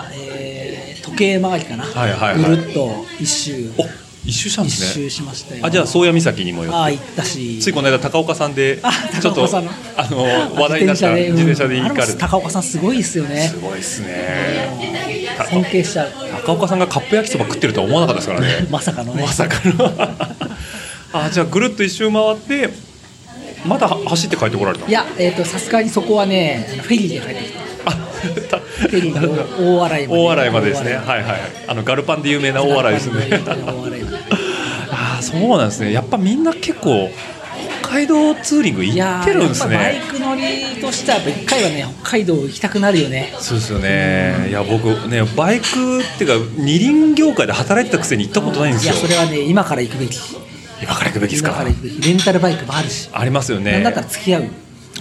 時計回りかな、ぐるっと一周したんですね。 一周しましたよ。 じゃあ宗谷岬にも寄って行ったし、 ついこの間高岡さんでちょっと話題になった自転車で行かれて、 高岡さんすごいですよね。 すごいですね。 尊敬しちゃう。 高岡さんがカップ焼きそば食ってるとは思わなかったですからね。 まさかのね。 じゃあぐるっと一周回ってまた走って帰ってこられた。 いや、さすがにそこはねフェリーで帰ってきた。フェリーの大洗までですね。ガルパンで有名な大洗ですね。そうなんですね。やっぱみんな結構北海道ツーリング行ってるんですね。 バイク乗りとしては一回はね北海道行きたくなるよね。 そうですよね。いや僕ねバイクっていうか二輪業界で働いてたくせに行ったことないんですよ。 いやそれはね今から行くべき。 今から行くべきですか。 レンタルバイクもあるし。 ありますよね。 なんだったら付き合う。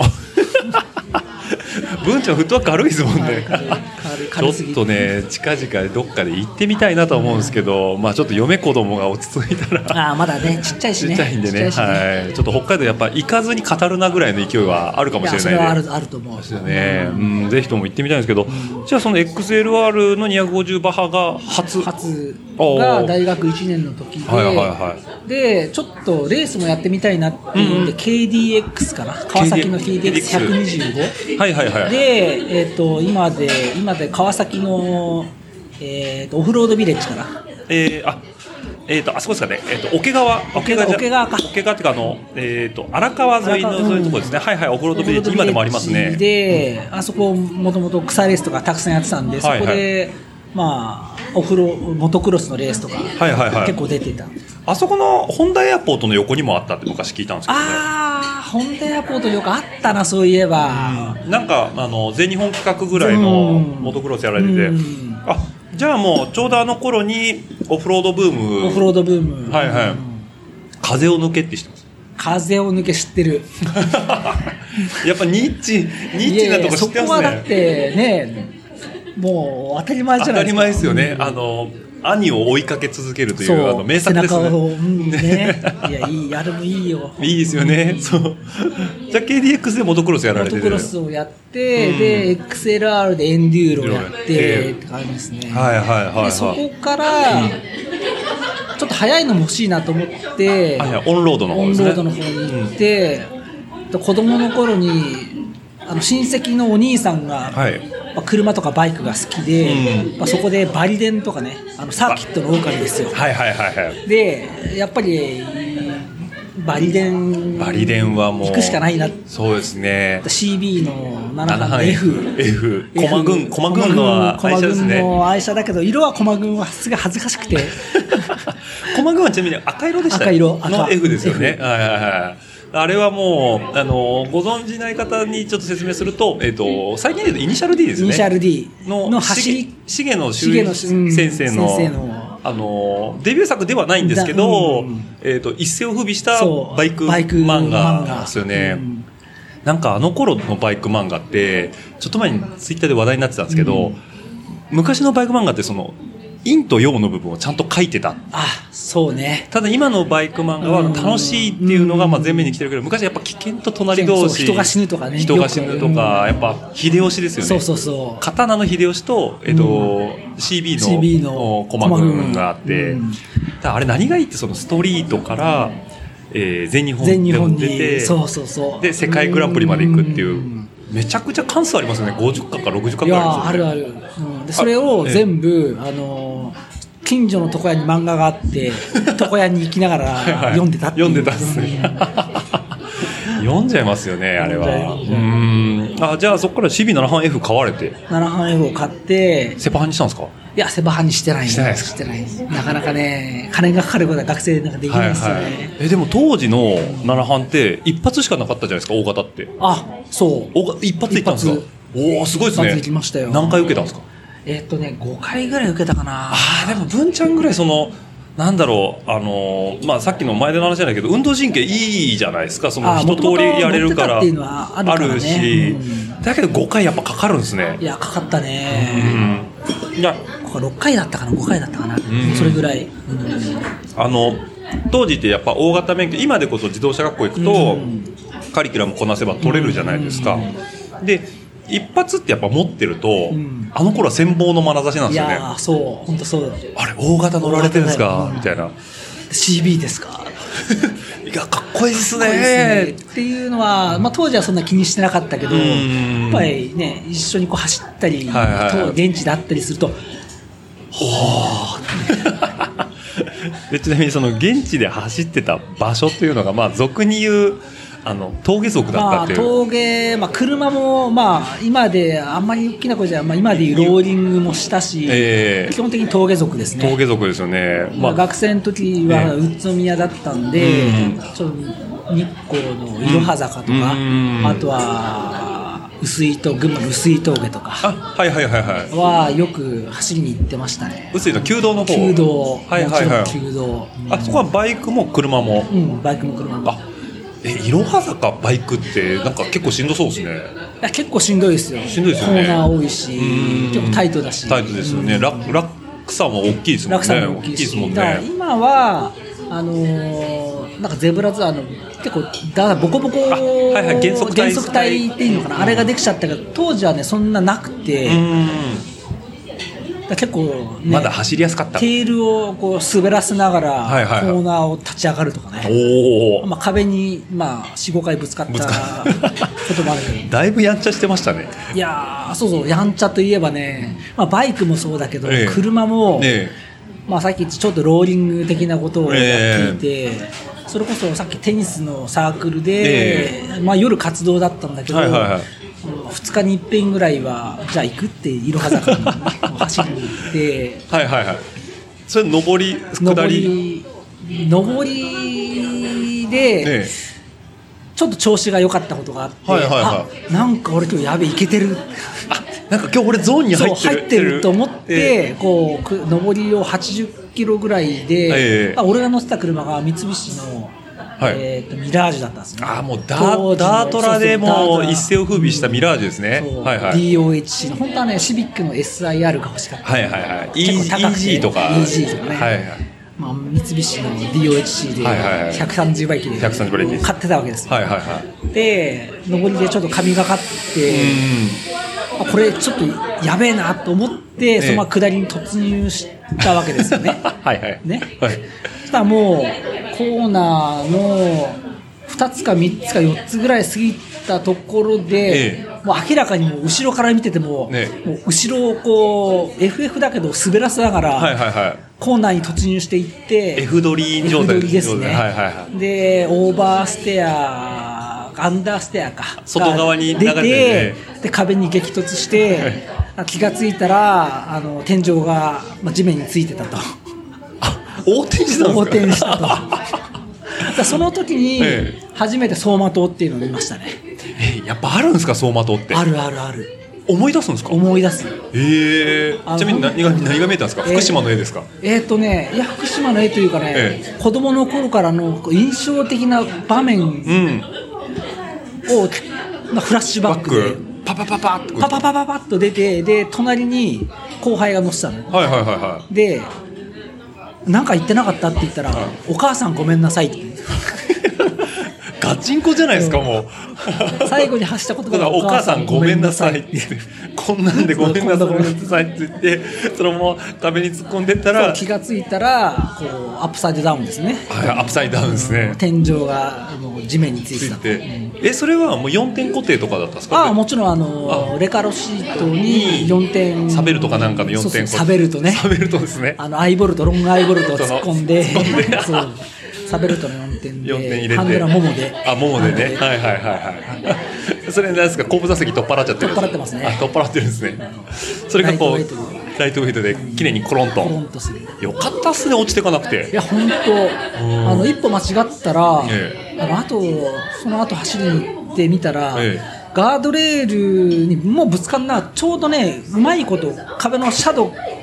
文ちゃんフットワーク軽いですもんね。ちょっとね近々どっかで行ってみたいなと思うんですけど、ちょっと嫁子供が落ち着いたらまだねちっちゃいしね。 ちっちゃいんでね、ちょっと北海道やっぱ行かずに語るなぐらいの勢いはあるかもしれないそれはあると思うですよね。ぜひとも行ってみたいんですけど、じゃあその XLR の250バハが初が大学1年の時で、ちょっとレースもやってみたいなっていうので KDX かな、川崎の KDX125 で今で川崎のオフロードビレッジかな。 あそこですかね。桶川っていうか荒川沿いのそういうところですね。オフロードビレッジ今でもありますね。 であそこもともと草レースとかたくさんやってたんで、そこでモトクロスのレースとか結構出てた。 あそこのホンダエアポートの横にもあったって昔聞いたんですけどね。 ホンダエアポートよくあったな、そういえば。 なんか全日本企画ぐらいのモトクロスやられてて、じゃあもうちょうどあの頃にオフロードブーム。風を抜けって知ってます？ 風を抜け知ってる。 やっぱニッチなとこ知ってますね。そこはだってね、 もう当たり前じゃないですか。 当たり前ですよね。兄を追いかけ続けるという名作ですね。 背中をね。いやいい、あれもいいよ。 いいですよね。そう。じゃあ KDX でモトクロスやられてる。 モトクロスをやって、で XLR でエンデューロをやってって感じですね。でそこからちょっと速いのも欲しいなと思って、 オンロードの方ですね。 オンロードの方に行って、子供の頃に親戚のお兄さんが、車とかバイクが好きで、そこでバリデンとかね、サーキットの狼ですよ。でやっぱりバリデンはもう行くしかないな。 そうですね。 CB の7班の F 駒軍の愛車ですね。 愛車だけど色は駒軍はすごい恥ずかしくて駒軍はちなみに赤色でしたの F ですよね。あれはもうご存じない方にちょっと説明すると、最近で言うとイニシャル D ですね。 イニシャル D の走り重野修一先生のデビュー作ではないんですけど、一世を風靡したバイク漫画ですよね。なんかあの頃のバイク漫画ってちょっと前にツイッターで話題になってたんですけど、昔のバイク漫画ってその陰と陽の部分をちゃんと書いてた。 そうね。 ただ今のバイク漫画は楽しいっていうのが前面に来てるけど、昔はやっぱ危険と隣同士、 人が死ぬとかね、 やっぱ秀吉ですよね。刀の秀吉とCB の駒軍があって、あれ何がいいってそのストリートから全日本に出て、で世界グランプリまで行くっていう。めちゃくちゃ関数ありますよね。50巻か60巻ぐらいあるんですよね。ある。でそれを全部近所の床屋に漫画があって床屋に行きながら読んでたっていう。 読んでたっすね。読んじゃいますよね、あれは。じゃあそこから CB7 班 F 買われて。 7班 F を買ってセパハンにしたんですか？ いやセパハンにしてない。なかなかね、金がかかることは学生なんかできないですよね。 でも当時の7班って一発しかなかったじゃないですか、大型って。 そう。 一発いったんですか？おお、すごいですね。 一発いきましたよ。 何回受けたんですか？ 5回ぐらい受けたかな。 でも文ちゃんぐらいそのなんだろう、まあ、さっきの前での話じゃないけど運動神経いいじゃないですか。その一通りやれるからあるし、だけど5回やっぱかかるんですね。 いやかかったね、いや6回だったかな5回だったかな、それぐらい、 当時ってやっぱ大型免許、今でこそ自動車学校行くと、カリキュラムこなせば取れるじゃないですか、で一発ってやっぱ持ってると、あの頃は羨望の眼差しなんですよね。 いやそう本当そうだ。 あれ大型乗られてるんですか、みたいな。 CB ですかいやかっこいいですねっていうのは、まあ、当時はそんな気にしてなかったけど、やっぱりね一緒にこう走ったり、現地で会ったりするとでちなみにその現地で走ってた場所っていうのが、まあ俗に言う峠族だったっていう、 峠、車も、今であんまり大きな声じゃ、今でいうローリングもしたし、基本的に峠族ですね。 峠族ですよね。 学生の時は宇都宮だったんで、ちょっと日光のいろは坂とか、あとは群馬の碓井峠とかはよく走りに行ってましたね。 碓井の旧道の方。 旧道、旧道。 そこはバイクも車も。 バイクも車も。 いろは坂バイクってなんか結構しんどそうですね。 いや結構しんどいですよ。 しんどいですよね。 コーナー多いし、結構タイトだし。 タイトですよね。落差も大きいですもんね。 落差も大きいですもんね。今はなんかゼブラツアーの結構ボコボコ減速帯っていうのかな、あれができちゃったけど、当時はねそんななくて。結構、ね、 まだ走りやすかった。 テールをこう滑らせながらコーナーを立ち上がるとかね、壁に、4、5回ぶつかったこともあるけどだいぶやんちゃしてましたね。いやそうやんちゃといえばね、バイクもそうだけど、車も、さっきちょっとローリング的なことを聞いて、それこそさっきテニスのサークルで、夜活動だったんだけど、2日に一遍ぐらいはじゃあ行くっていろは坂に走りに行ってそれ上り下り上りで、ちょっと調子が良かったことがあって、なんか俺今日やべえいけてるなんか今日俺ゾーンに入ってると思って、こう上りを80キロぐらいで、俺が乗ってた車が三菱のミラージュだったんですね。 もうダートラでも一世を風靡したミラージュですね。 DOHC の本当はねシビックの SIR が欲しかった。結構高くて EG とかね。三菱の DOHC で130馬力で買ってたわけですよ。で上りでちょっと神がかって、これちょっとやべえなと思って、そのまま下りに突入したわけですよね。そしたらもうコーナーの2つか3つか4つぐらい過ぎたところで、もう明らかにもう後ろから見てても、もう後ろをこう FF だけど滑らせながらコーナーに突入していって、 F 取り状態ですね。でオーバーステアアンダーステアか外側に流れて、 で壁に激突して気がついたら天井が地面についてたと。 横転したとその時に初めて走馬灯っていうのを見ましたね。 やっぱあるんですか走馬灯って。 ある思い出すんですか。 思い出す。 ちなみに何が見えたんですか。福島の絵ですか。 いや福島の絵というかね、子供の頃からの印象的な場面を、フラッシュバックでパパッと出て、で隣に後輩が乗ってたの。でなんか言ってなかったって言ったら、お母さんごめんなさいってガチンコじゃないですか。もう最後に発した言葉がお母さんごめんなさいってこんなんでごめんなさいって言って、そのまま壁に突っ込んでったら気がついたらこうアップサイドダウンですね。 アップサイドダウンですね。 天井が地面についてた。 それはもう4点固定とかだったんですか。 もちろんレカロシートに4点サベルトかなんかの4点サベルトね。 サベルトですね。 アイボルトロングアイボルトを突っ込んでそうサベルトの4点で入れて、 ハンドルはももでね。それなんですか。後部座席取っ払っちゃってる。 取っ払ってますね。 取っ払ってるんですね。それがこうライトウェイトで綺麗にコロンとする。 よかったっすね、落ちていかなくて。 いや本当一歩間違ったら、その後走りに行ってみたら、ガードレールにもうぶつかんな、ちょうどねうまいこと壁のシャドウ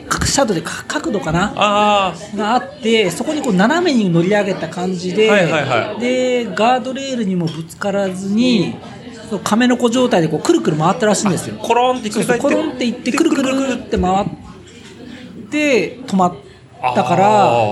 シャドウで角度かながあって、そこにこう斜めに乗り上げた感じで、でガードレールにもぶつからずに亀の子状態でこうくるくる回ったらしいんですよ。 コロンってコロンっていってくるくるって回って止まったから、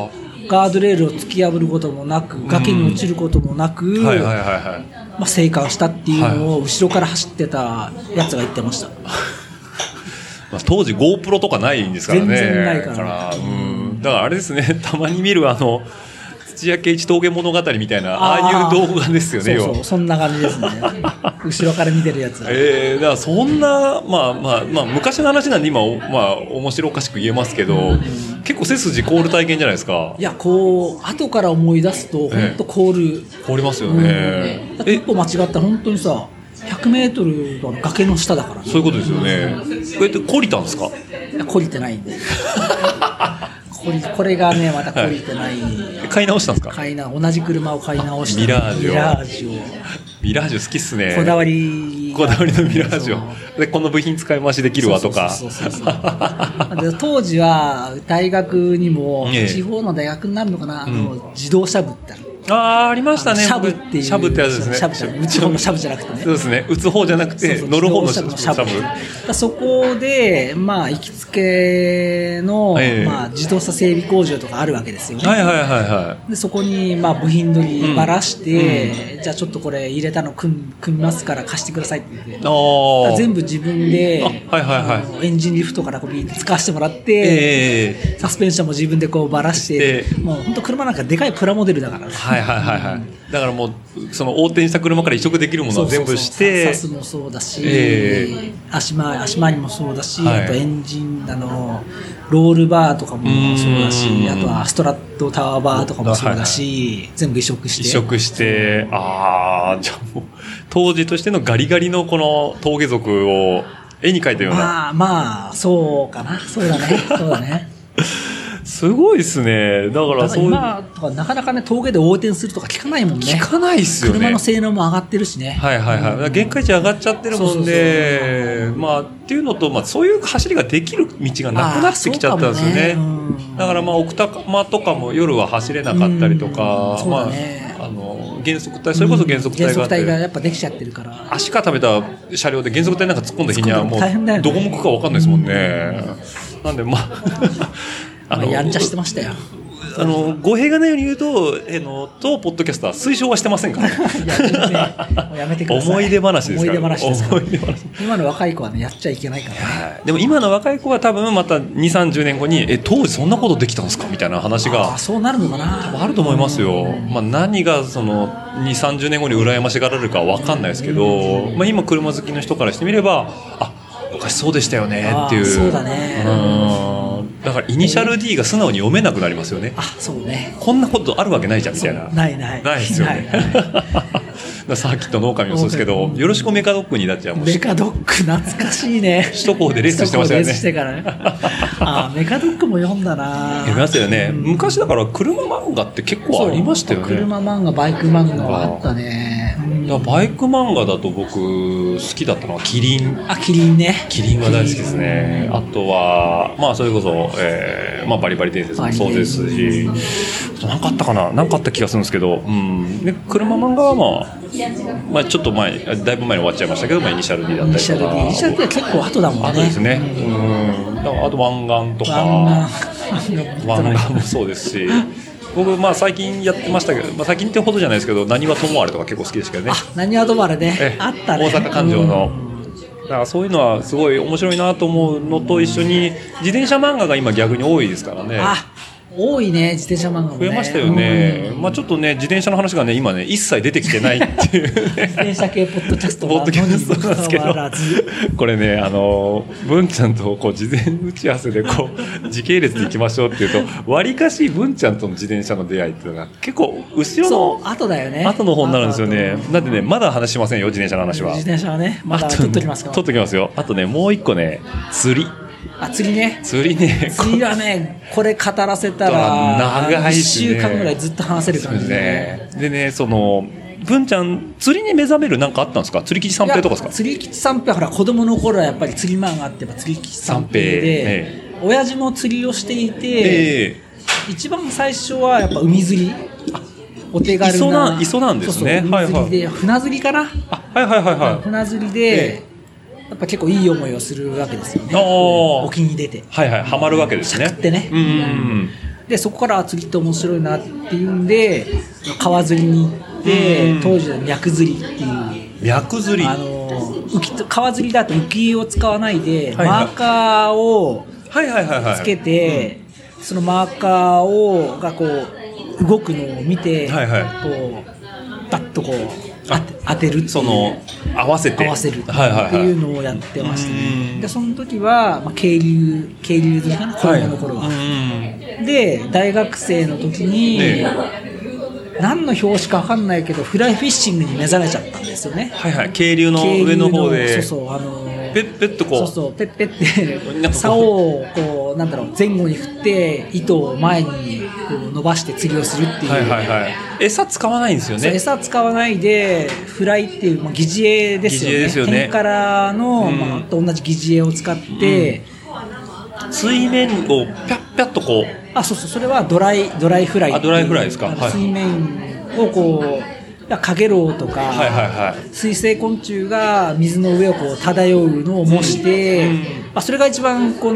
ガードレールを突き破ることもなく崖に落ちることもなく生還したっていうのを後ろから走ってたやつが言ってました。 当時 GoPro とかないんですからね。 全然ないから。 だからあれですね、たまに見る土屋圭一峠物語みたいなああいう動画ですよね。 そうそんな感じですね。後ろから見てるやつ。 だからそんな昔の話なんで今面白おかしく言えますけど、結構背筋凍る体験じゃないですか。 いやこう後から思い出すと本当凍りますよね。 一歩間違ったら本当にさ100メートルの崖の下だからね。 そういうことですよね。こうやって降りたんですか？ いや降りてないんで。これがねまた懲りてない、 買い直したんですか？ 同じ車を買い直してミラージュ好きっすね。 こだわりのミラージュでこの部品使い回しできるわとか。 当時は大学にも地方の大学になるのかな、自動車部ってある。 ありましたね。 シャブっていう。 シャブってやつですね。 シャブ地方のシャブじゃなくてね。 そうですね。打つ方じゃなくて乗る方のシャブ。 そこで行きつけの自動車整備工場とかあるわけですよね。でそこに部品取りばらして、じゃあちょっとこれ入れたの組みますから貸してくださいって言って。全部自分でエンジンリフトからビーって使わせてもらって、サスペンションも自分でこうばらして、もう本当車なんかでかいプラモデルだからね。 だからもうその横転した車から移植できるものは全部してサスもそうだし、足回りもそうだし、あとエンジンロールバーとかもそうだし、あとはストラットタワーバーとかもそうだし、全部移植してじゃあもう当時としてのガリガリのこの峠族を絵に描いたような。 そうかな。そうだねすごいですね。だから今とかなかなかね峠で横転するとか聞かないもんね。 聞かないですよね。 車の性能も上がってるしね。 限界値上がっちゃってるもんで、っていうのとそういう走りができる道がなくなってきちゃったんですよね。だから奥多摩とかも夜は走れなかったりとか、減速帯、それこそ減速帯があって、 がやっぱできちゃってるから、 足から食べた車両で減速帯なんか突っ込んだ日にはもうどこ向くか分かんないですもんね。なんでやんちゃしてましたよ。 語弊がないように言うと、当ポッドキャスター推奨はしてませんから。 いや全然やめてください。 思い出話ですから。 今の若い子はねやっちゃいけないからね。 でも今の若い子は多分また2、30年後に当時そんなことできたんですかみたいな話がそうなるのかな。 多分あると思いますよ。何がその2、30年後に羨ましがられるかは分かんないですけど、今車好きの人からしてみれば昔そうでしたよねっていう。 そうだね。 だからイニシャル D が素直に読めなくなりますよね。 そうね。 こんなことあるわけないじゃんみたいな。 ないですよね。サーキットの狼もそうですけど、よろしくメカドックになっちゃう。 メカドック懐かしいね。 首都高でレースしてましたよね。 レースしてからね。メカドックも読んだな。 読みましたよね。昔だから車漫画って結構ありましたよね。 車漫画、バイク漫画はあったね。 バイク漫画だと僕好きだったのはキリン。 キリンね。 キリンは大好きですね。あとはそれこそバリバリ伝説もそうですし、何かあったかな、何かあった気がするんですけど、で車漫画はちょっと前、だいぶ前に終わっちゃいましたけど、イニシャル D だったりとか。イニシャル D は結構後だもんね。 後ですね。あと湾岸とか、湾岸もそうですし。僕最近やってましたけど、最近ってほどじゃないですけど、なにわともあれとか結構好きですけどね。 なにわともあれね、あったね。 大阪環状の。だからそういうのはすごい面白いなと思うのと一緒に、自転車漫画が今逆に多いですからね。 多いね、自転車漫画もね。 増えましたよね。ちょっとね、自転車の話がね、今ね、一切出てきてないっていう、 自転車系ポッドキャストなんですけど、これね、文ちゃんと事前打ち合わせで時系列で行きましょうっていうと、わりかし文ちゃんとの自転車の出会いっていうのが結構後ろの後だよね。 後の方になるんですよね。なんでね、まだ話しませんよ、自転車の話は。 自転車はね、まだ取っときますか。 取っときますよ。あとね、もう一個ね、釣り。 釣りね。 釣りはね、これ語らせたら長い 1週間ぐらいずっと話せる感じね。でね、文ちゃん釣りに目覚めるなんかあったんですか？釣り吉三平とかですか？ 釣り吉三平、子供の頃はやっぱり釣り漫画あって釣り吉三平で、 親父も釣りをしていて、一番最初はやっぱ海釣り、お手軽な磯なんですね。 海釣りで、船釣りかな。船釣りで、やっぱ結構いい思いをするわけですよね。沖に出て、 ハマるわけですね。 しゃくってね。でそこから釣りって面白いなっていうんで川釣りに行って、当時は脈釣りっていう脈釣り、 川釣りだと浮きを使わないで、マーカーをつけて、そのマーカーがこう動くのを見て、こうバッとこう当てる、 合わせるっていうのをやってましたね。でその時は、渓流釣りかな、子供の頃は。で大学生の時に、何の表紙か分かんないけどフライフィッシングに目覚めちゃったんですよね。 渓流の上の方でペッペッとこうペッペッって竿をこう前後に振って糸を前にこう伸ばして釣りをするっていう、 餌使わないんですよね。 餌使わないでフライっていう、疑似餌ですよね。天からの、と同じ疑似餌を使って、 水面をピャッピャッとこう、 それはドライフライ。 ドライフライですか。 水面をこうカゲロウとか、水生昆虫が水の上をこう漂うのを模して、それが一番こう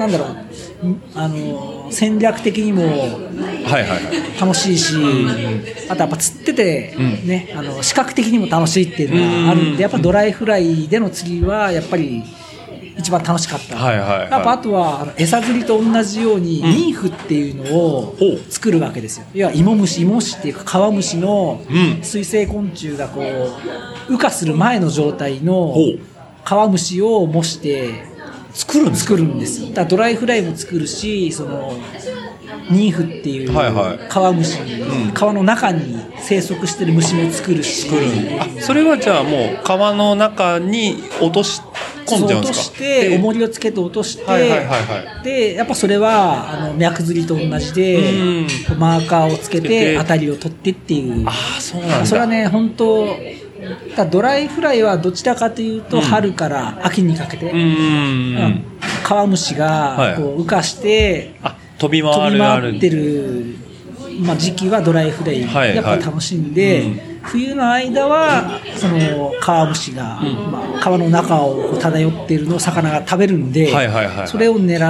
戦略的にも楽しいし、あとやっぱ釣ってて、視覚的にも楽しいっていうのがあるんで、やっぱドライフライでの釣りはやっぱり一番楽しかった。やっぱあとは餌釣りと同じようにニンフっていうのを作るわけですよ。要は芋虫っていうかカワムシの水生昆虫がこう羽化する前の状態のカワムシを模して作るんですよ。だからドライフライも作るし、ニンフっていうカワムシ、川の中に生息してる虫も作るし、 それはじゃあもう川の中に落とし込んじゃうんですか。 落として重りをつけて落として、でやっぱそれは脈釣りと同じで、マーカーをつけて当たりを取ってっていう。 そうなんだ。 それはね本当ドライフライはどちらかというと春から秋にかけて、カワムシがこう羽化して飛び回ってる、時期はドライフライやっぱ楽しんで、冬の間はそのカワムシが、川の中を漂っているのを魚が食べるんで、それを狙って、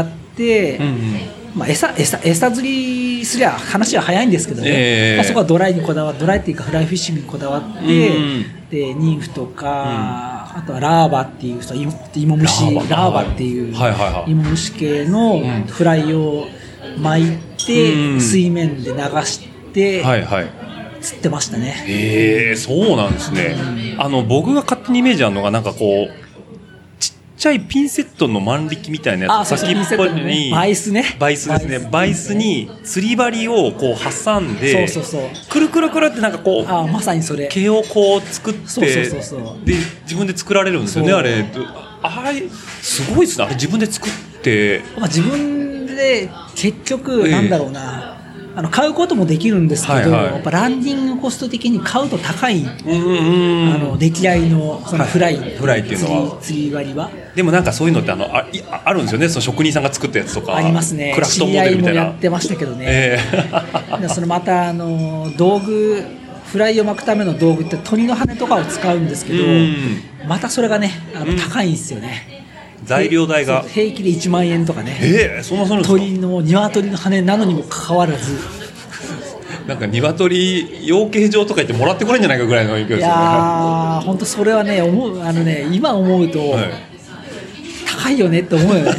餌釣りすりゃ話は早いんですけどね、そこはドライっていうかフライフィッシングにこだわって、でニンフとか、あとはラーバっていう芋虫ラーバっていう芋虫系のフライを巻いて、水面で流して、釣ってましたね。 そうなんですね。僕が勝手にイメージあるのがちっちゃいピンセットの万力みたいなやつ、先っぽにバイスですね。バイスに釣り針をこう挟んで、くるくるくるってまさにそれ毛をこう作って、で自分で作られるんですよね。あれすごいですね。あれ自分で作って、 自分で結局買うこともできるんですけど、やっぱランディングコスト的に買うと高い、出来合いのそのフライっていうのは釣り針は。 でもそういうのってあるんですよね。その職人さんが作ったやつとかありますね。 クラフトモデルみたいな。 知り合いもやってましたけどね。そのまた道具、フライを巻くための道具って鳥の羽とかを使うんですけど、またそれがね高いんですよね。 材料代が平気で1万円とかね。鶏の鶏の羽なのにもかかわらず鶏養鶏場とか行ってもらってこれんじゃないかぐらいの勢いですよね。いや本当それはね今思うと、高いよねって思うよね。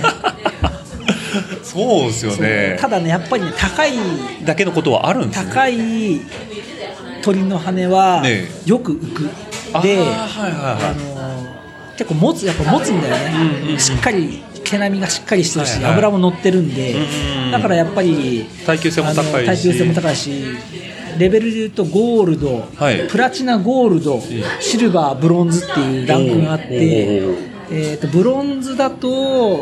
そうですよね。 ただねやっぱりね高いだけのことはあるんですね。 高い鳥の羽はよく浮く、で結構持つんだよね。しっかり毛並みがしっかりしてるし、脂も乗ってるんで、だからやっぱり耐久性も高いし、レベルでいうとゴールド、プラチナゴールド、シルバー、ブロンズっていうランクがあって、ブロンズだと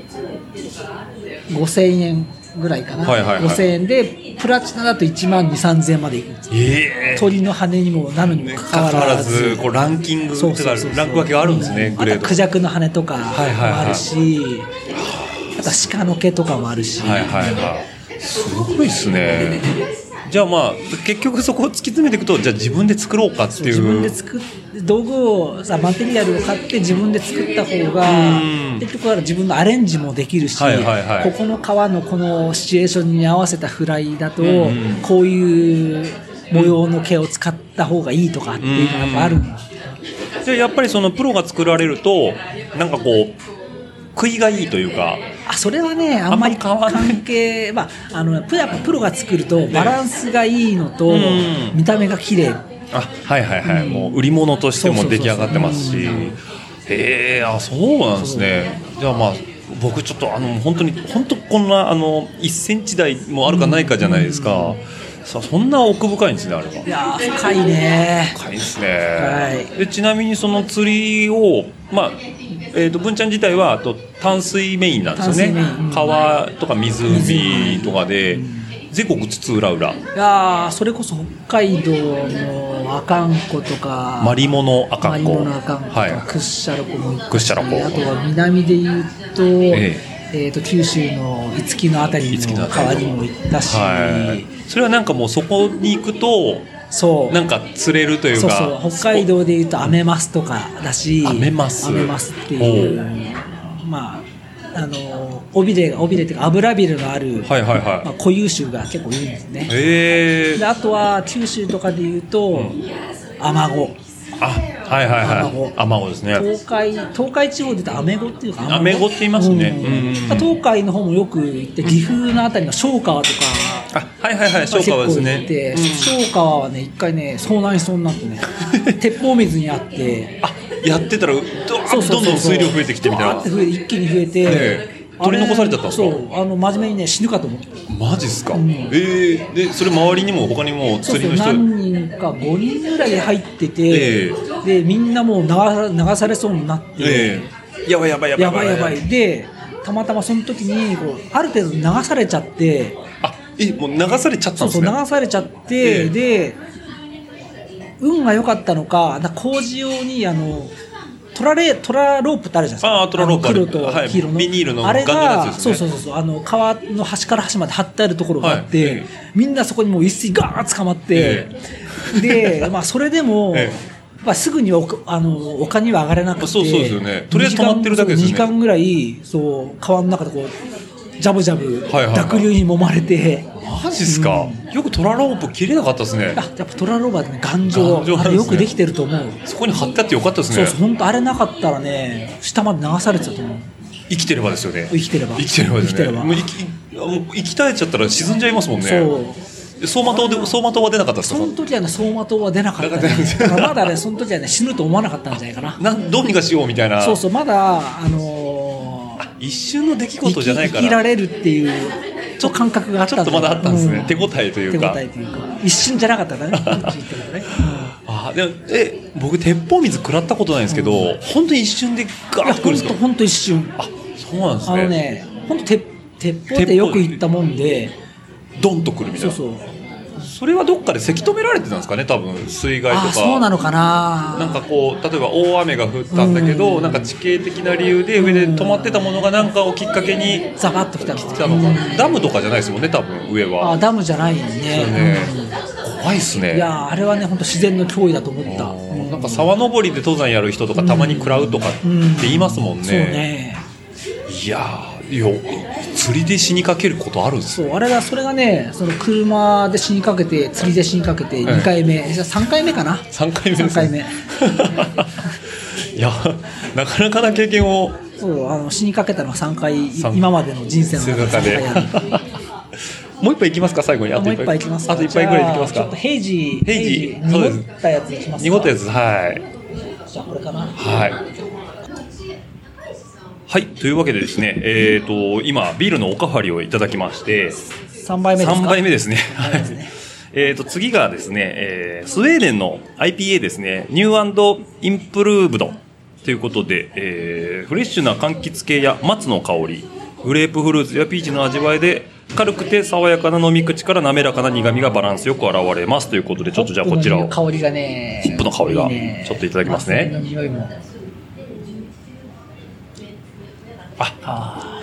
5000円ぐらいかな、5000円で、プラチナだと1万2、3000円までいくんですよ。鳥の羽にもなのにもかかわらず、 ランキングとかランク分けがあるんですね。 あとクジャクの羽とかもあるし、 とは鹿の毛とかもあるし、 はいはいはい、すごいですね。じゃあまあ結局そこを突き詰めていくと、じゃあ自分で作ろうかっていう、 自分で道具をさ、マテリアルを買って自分で作った方が結局は自分のアレンジもできるし、 はいはいはい、 ここの革のこのシチュエーションに合わせたフライだとこういう模様の毛を使った方がいいとかっていうのがやっぱあるんだ。 じゃあやっぱりそのプロが作られるとなんかこう食いがいいというか、 それはねあんまり関係、やっぱプロが作るとバランスがいいのと見た目が綺麗。 はいはいはい、もう売り物としても出来上がってますし、そうなんですね。じゃあまあ僕ちょっと本当こんな1センチ台もあるかないかじゃないですか。そんな奥深いんですね、あれは。 いや深いね。 深いですね、はい。でちなみにその釣りを文ちゃん自体は淡水メインなんですよね。川とか湖とかで全国津々浦々。 いやそれこそ北海道の阿寒湖とかマリモの阿寒湖、 はい、屈斜路湖も行ったし、 あとは南で言うと、九州の五木のあたりの川にも行ったし、 それはなんかもうそこに行くとなんか釣れるというか、 そう北海道でいうとアメマスとかだし、アメマスっていう尾びれっていうか脂びれのある、固有種が結構いるんですね。であとは九州とかでいうとアマゴ、 アマゴですね。 東海地方で言うとアメゴっていうかアメゴって言いますね。 東海の方もよく行って、岐阜のあたりの庄川とか庄川ですね。 庄川はね一回ね遭難しそうになってね鉄砲水にあってやってたらどんどん水量増えてきてみたいな、 一気に増えて、 取り残されちゃったんですか。 真面目にね死ぬかと思って。 マジっすか。でそれ周りにも他にも釣りの人何人か5人ぐらい入ってて、でみんなもう流されそうになって、 やばいでたまたまその時にある程度流されちゃって、 もう流されちゃったんですね。 流されちゃって、で運が良かったのか工事用にトラロープってあるじゃないですか。 トラロープ、 黒と黄色のビニールの頑丈なやつですね。 そう川の端から端まで張ってあるところがあって、みんなそこにもう一斉にガーッ捕まって、でそれでも、すぐに丘には上がれなくて、 そうですよね。とりあえず止まってるだけですね。 2時間ぐらい川の中でジャブジャブ濁流に揉まれて。 マジっすか。よくトラロープ切れなかったですね。 やっぱトラロープはね頑丈、あれよくできてると思う。 そこに貼ってあってよかったですね。 本当あれなかったらね下まで流されてたと思う。 生きてればですよね。 生きてればですね。もう生き絶えちゃったら沈んじゃいますもんね。走馬灯は出なかったですか。 その時はね走馬灯は出なかったね。まだねその時はね死ぬと思わなかったんじゃないかな。 どうにかしようみたいな。 まだ一瞬の出来事じゃないから生きられるっていう感覚があった。 ちょっとまだあったんですね。手応えというか一瞬じゃなかったね。 でも僕鉄砲水食らったことないんですけど、本当に一瞬でガーッとくるんですか。 本当一瞬。 そうなんですね。 本当鉄砲ってよく言ったもんでドンとくるみたいな。それはどっかでせき止められてたんですかね。多分水害とか。 そうなのかな。 なんか例えば大雨が降ったんだけど、なんか地形的な理由で上で止まってたものがなんかをきっかけにザバッと来たのか。ダムとかじゃないですもんね。多分上は。 ダムじゃないね。 怖いっすね。 いやあれはね本当自然の脅威だと思った。 なんか沢登りで登山やる人とかたまに食らうとかって言いますもんね。 そうね。 いや釣りで死にかけることあるんですよ。 それがね車で死にかけて釣りで死にかけて2回目、3回目かな。 3回目ですね。いやなかなかな経験を。 死にかけたのは3回今までの人生の中で。 もう一杯いきますか最後に。 もう一杯いきますか。 あと一杯ぐらいいきますか。 ちょっとヘイジ濁ったやついきますか。 濁ったやつ、はい。 じゃあこれかな。 はい、というわけでですね、今ビールのおかわりをいただきまして 3杯目ですか。 3杯目ですね。次がですね、スウェーデンの IPA ですね、ニュー&インプルーブドということで、フレッシュな柑橘系や松の香り、グレープフルーツやピーチの味わいで軽くて爽やかな飲み口から滑らかな苦みがバランスよく現れますということで、ちょっとじゃあこちらをホップの香りがね、 ホップの香りがちょっといただきますね。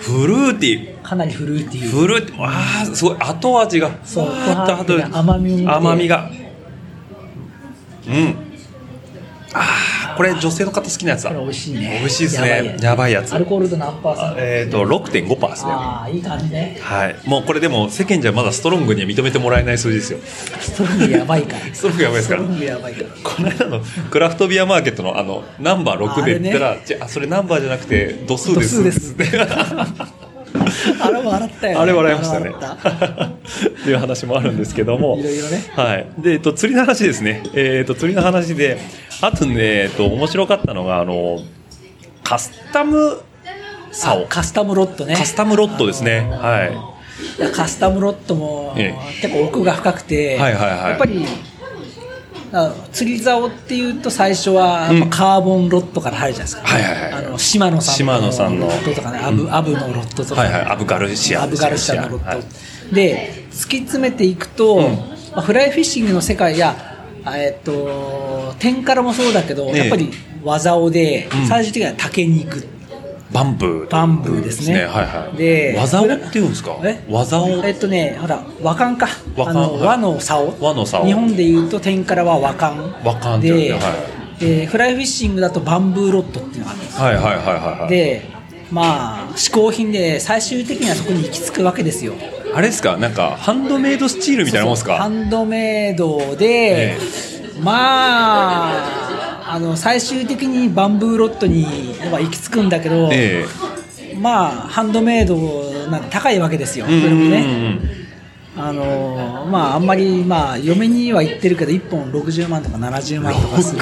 フルーティー。 かなりフルーティー。 フルーティー。わあ、すごい。後味が。 そう。甘みが。うん。ああ、これ女性の方好きなやつだ。 これ美味しいね。 美味しいですね。やばいやつ。 アルコール度何パーセント ？6.5% ですね。 ああ、いい感じね。 はい。もうこれでも世間じゃまだストロングには認めてもらえない数字ですよ。 ストロングやばいから。 ストロングやばいですから。 ストロングやばいから。 この間のクラフトビアマーケットのナンバー6で言ったら、じゃあそれナンバーじゃなくて度数です。 度数です。あれも笑ったよね。 あれ笑いましたね。っていう話もあるんですけども。 いろいろね。 はい。で、釣りの話ですね。釣りの話で、あとね、面白かったのが、カスタム竿。 カスタムロッドね。 カスタムロッドですね。はい。 いや、カスタムロッドも、結構奥が深くて、やっぱり、釣り竿っていうと最初はやっぱカーボンロッドから入るじゃないですか。島野さんのロッドとかね、アブのロッドとか、 アブガルシアのロッド。 で、突き詰めていくと、フライフィッシングの世界や、天からもそうだけど、やっぱり技をで、最終的には竹に行く。 バンブーですね。 で、技をっていうんですか？技を。 ほら、和漢か。和の竿。日本でいうと天からは和漢。で、フライフィッシングだとバンブーロッドっていうのがあるんですよ。で、まあ、嗜好品で最終的にはそこに行き着くわけですよ。 あれですか？なんか、ハンドメイドスチールみたいなもんですか？ ハンドメイドで、まあ、最終的にバンブーロッドに行き着くんだけど、まあハンドメイドなんて高いわけですよ。それもね、まああんまり嫁には言ってるけど1本60万とか70万とかする。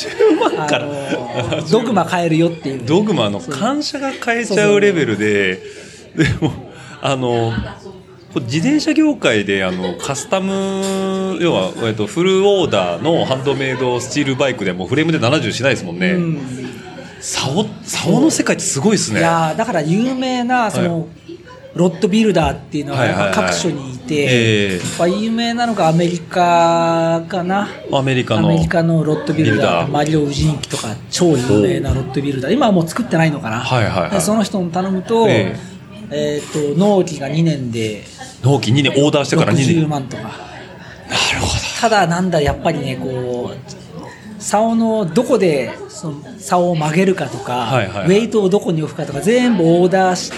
60万からドグマ買えるよっていう。 ドグマの感謝が買えちゃうレベルで、でも自転車業界でカスタム要は、フルオーダーのハンドメイドスチールバイクでもフレームで70しないですもんね。竿の世界ってすごいですね。 いやだから有名なロッドビルダーっていうのが各所にいて、有名なのがアメリカかな。アメリカのロッドビルダー、マリオ・ウジンキとか超有名なロッドビルダー、今はもう作ってないのかな。その人に頼むと、納期が2年で納期2年オーダーしてから2年 60万とか。なるほど。 ただやっぱりね、こう竿のどこでその竿を曲げるかとか、ウェイトをどこに置くかとか全部オーダーして、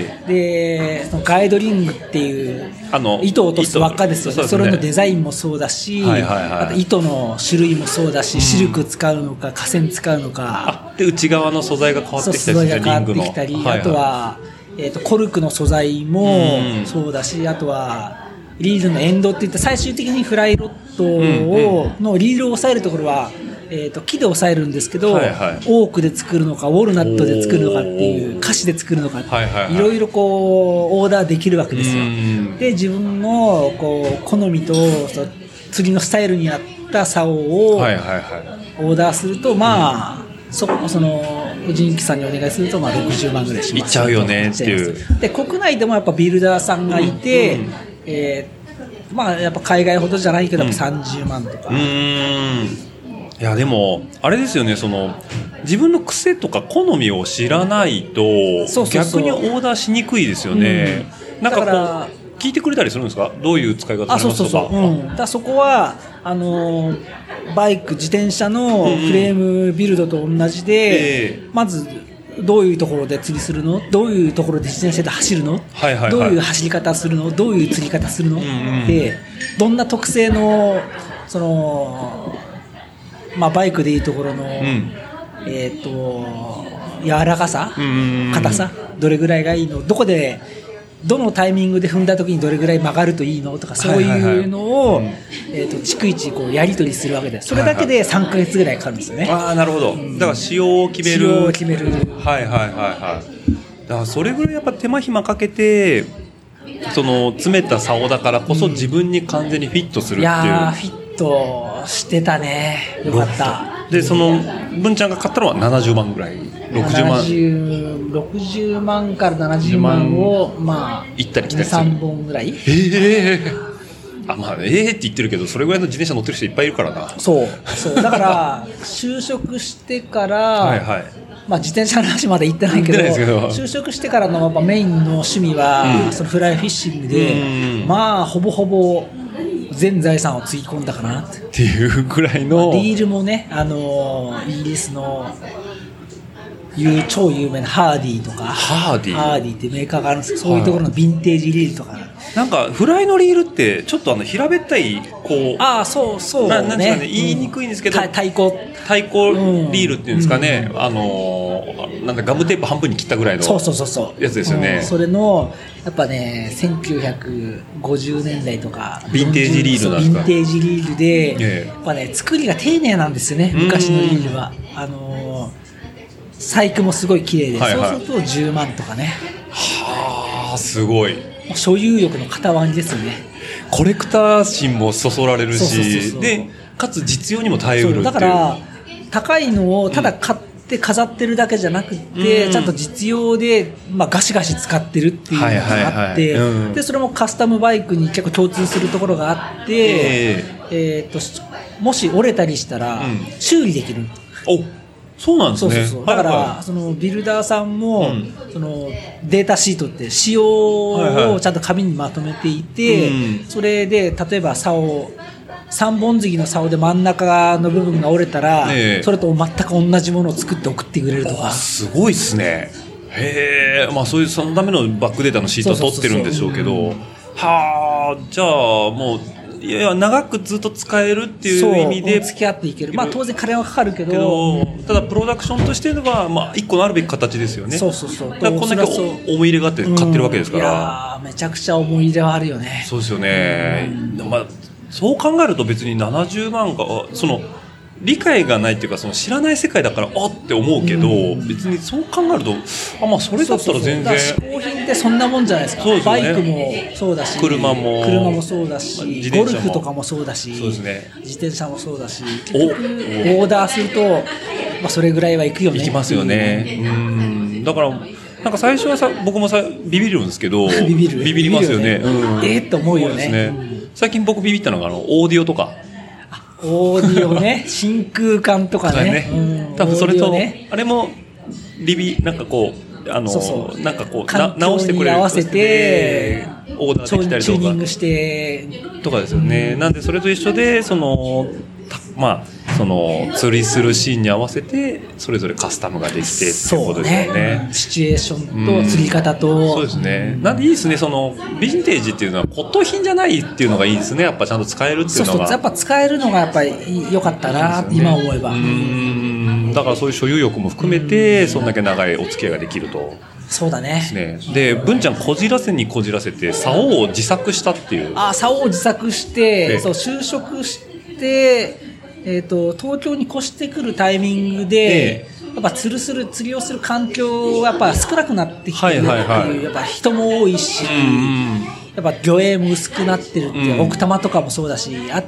でそのガイドリングっていう糸を落とす輪っかですよね。それのデザインもそうだし、あと糸の種類もそうだし、シルク使うのか河川使うのか、 で内側の素材が変わってきたり、 素材が変わってきたり、あとはコルクの素材もそうだし、あとはリールのエンドっていった最終的にフライロッドのリールを押さえるところは、木で押さえるんですけど、オークで作るのかウォルナットで作るのかっていう、カシで作るのかっていろいろこうオーダーできるわけですよ。で自分のこう好みと釣りのスタイルに合った竿をオーダーすると、まあそのウジンキさんにお願いすると60万ぐらいします。 いっちゃうよねっていう。 で国内でもやっぱビルダーさんがいて、まあやっぱ海外ほどじゃないけど30万とか。 いやでもあれですよね、その自分の癖とか好みを知らないと逆にオーダーしにくいですよね。なんかこう聞いてくれたりするんですか？どういう使い方しますか？ だからそこはバイク自転車のフレームビルドと同じで、まずどういうところで釣りするの、どういうところで自転車で走るの、どういう走り方するの、どういう釣り方するの、でどんな特性のそのバイクでいうところの、柔らかさ、硬さ、どれぐらいがいいの、どこでどのタイミングで踏んだ時にどれぐらい曲がるといいのとか、そういうのを逐一こうやり取りするわけで、それだけで3ヶ月ぐらいかかるんですよね。 なるほど。だから仕様を決める。だからそれぐらいやっぱ手間暇かけて、その詰めた竿だからこそ自分に完全にフィットするっていう。いやフィットしてたね。よかった。 でその文ちゃんが買ったのは70万ぐらい。 60万から70万を行ったり来たりする。3本ぐらい。 まあって言ってるけどそれぐらいの自転車乗ってる人いっぱいいるからな。 そうだから就職してからはい、まあ、自転車の話まだ言ってないけど就職してからのやっぱメインの趣味は、そのフライフィッシングで、まあほぼほぼ全財産をつぎ込んだかなっていうぐらいの、 リールもね、イギリスの超有名なハーディとかハーディってメーカーがあるんですけど、そういうところのヴィンテージリールとか、 なんかフライのリールってちょっと平べったいこうそうなんですかね、言いにくいんですけど、 太鼓リールっていうんですかね、なんかガムテープ半分に切ったぐらいのやつですよね。 それのやっぱね1950年代とかヴィンテージリールなんですか。 ヴィンテージリールで、やっぱね作りが丁寧なんですよね、昔のリールは。細工もすごい綺麗で、そうすると10万とかね。 はあ、すごい。 所有欲の塊ですよね。 コレクター心もそそられるし、でかつ実用にも耐えうるっていう。 だから高いのをただ買って飾ってるだけじゃなくて、ちゃんと実用で、まあ、ガシガシ使ってるっていうのがあって、でそれもカスタムバイクに結構共通するところがあって、もし折れたりしたら修理できる。 そうなんですね。 だから、そのビルダーさんも、そのデータシートって仕様をちゃんと紙にまとめていて、それで例えば竿3本継ぎの竿で真ん中の部分が折れたら、それと全く同じものを作って送ってくれるとか。 すごいですね。へえ、まあそのためのバックデータのシートを取ってるんでしょうけど、はあ、じゃあもう。いや長くずっと使えるっていう意味で付き合っていける。まあ当然金はかかるけど、 ただプロダクションとしてはまあ一個のあるべき形ですよね。だからこんだけ思い入れがあって買ってるわけですから。 いやめちゃくちゃ思い入れはあるよね。 そうですよね。まあそう考えると別に70万がその理解がないっていうかその知らない世界だからって思うけど、別にそう考えるとまあそれだったら全然嗜好品ってそんなもんじゃないですか。 そうですよね、 バイクもそうだし車もそうだしゴルフとかもそうだし、 そうですね、 自転車もそうだし、オーダーすると、まあ、それぐらいは行くよね。 行きますよね。だからなんか最初は僕もビビるんですけどビビりますよね。 って思うよね。 最近僕ビビったのがオーディオとか。 オーディオね、真空管とかね。 多分それと、あれもなんかこうなんかこう直してくれる。 合わせてオーダーできたりとかチューニングしてとかですよね。なんでそれと一緒でまあその釣りするシーンに合わせてそれぞれカスタムができてっていうことですよね。 シチュエーションと釣り方と、 そうですね。なんでいいですね。そのヴィンテージっていうのは骨董品じゃないっていうのがいいですね。やっぱちゃんと使えるっていうのが。 やっぱ使えるのがやっぱり良かったな、今思えば。 だからそういう所有欲も含めてそんだけ長いお付き合いができると。 そうだね。 で文ちゃんこじらせて竿を自作したっていう。 竿を自作して就職して東京に越してくるタイミングで、やっぱ釣りをする環境はやっぱ少なくなってきてるっていう、やっぱ人も多いし、やっぱ魚影も薄くなってるっていう、奥多摩とかもそうだしあって、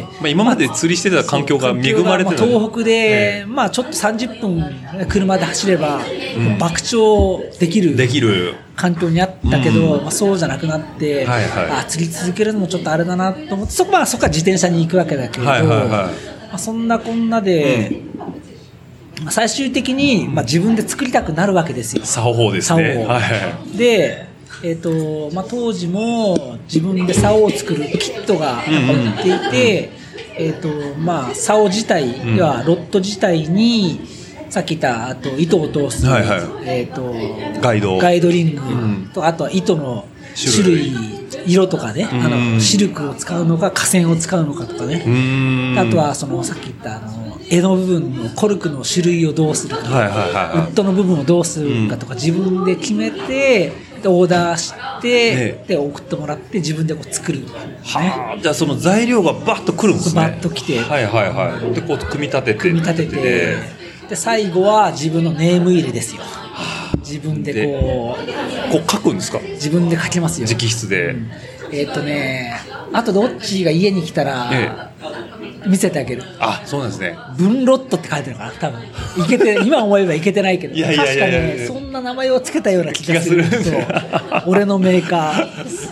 今まで釣りしてた環境が恵まれてる、 東北で、まあちょっと30分車で走れば、爆釣できる環境にあったけど、そうじゃなくなって、釣り続けるのもちょっとあれだなと思って、そこから自転車に行くわけだけど、そんなこんなで、最終的に、自分で作りたくなるわけですよ。 竿ですね。 で、当時も自分で竿を作るキットが売っていて、竿自体ではロッド自体にさっき言った糸を通す、ガイドリングと、あとは糸の種類色とかね、シルクを使うのか化繊を使うのかとかね、あとはさっき言った柄の部分のコルクの種類をどうするか、ウッドの部分をどうするかとか自分で決めてオーダーして、で送ってもらって自分で作る、 じゃあその材料がバッと来るんですね。 バッと来て、 でこう組み立ててで最後は自分のネーム入れですよ。自分でこう書くんですか？ 自分で書きますよ。 直筆で。 あとどっちが家に来たら見せてあげる。 そうなんですね。 文ロットって書いてるから多分今思えばいけてないけど、確かねそんな名前をつけたような気がする。俺のメーカー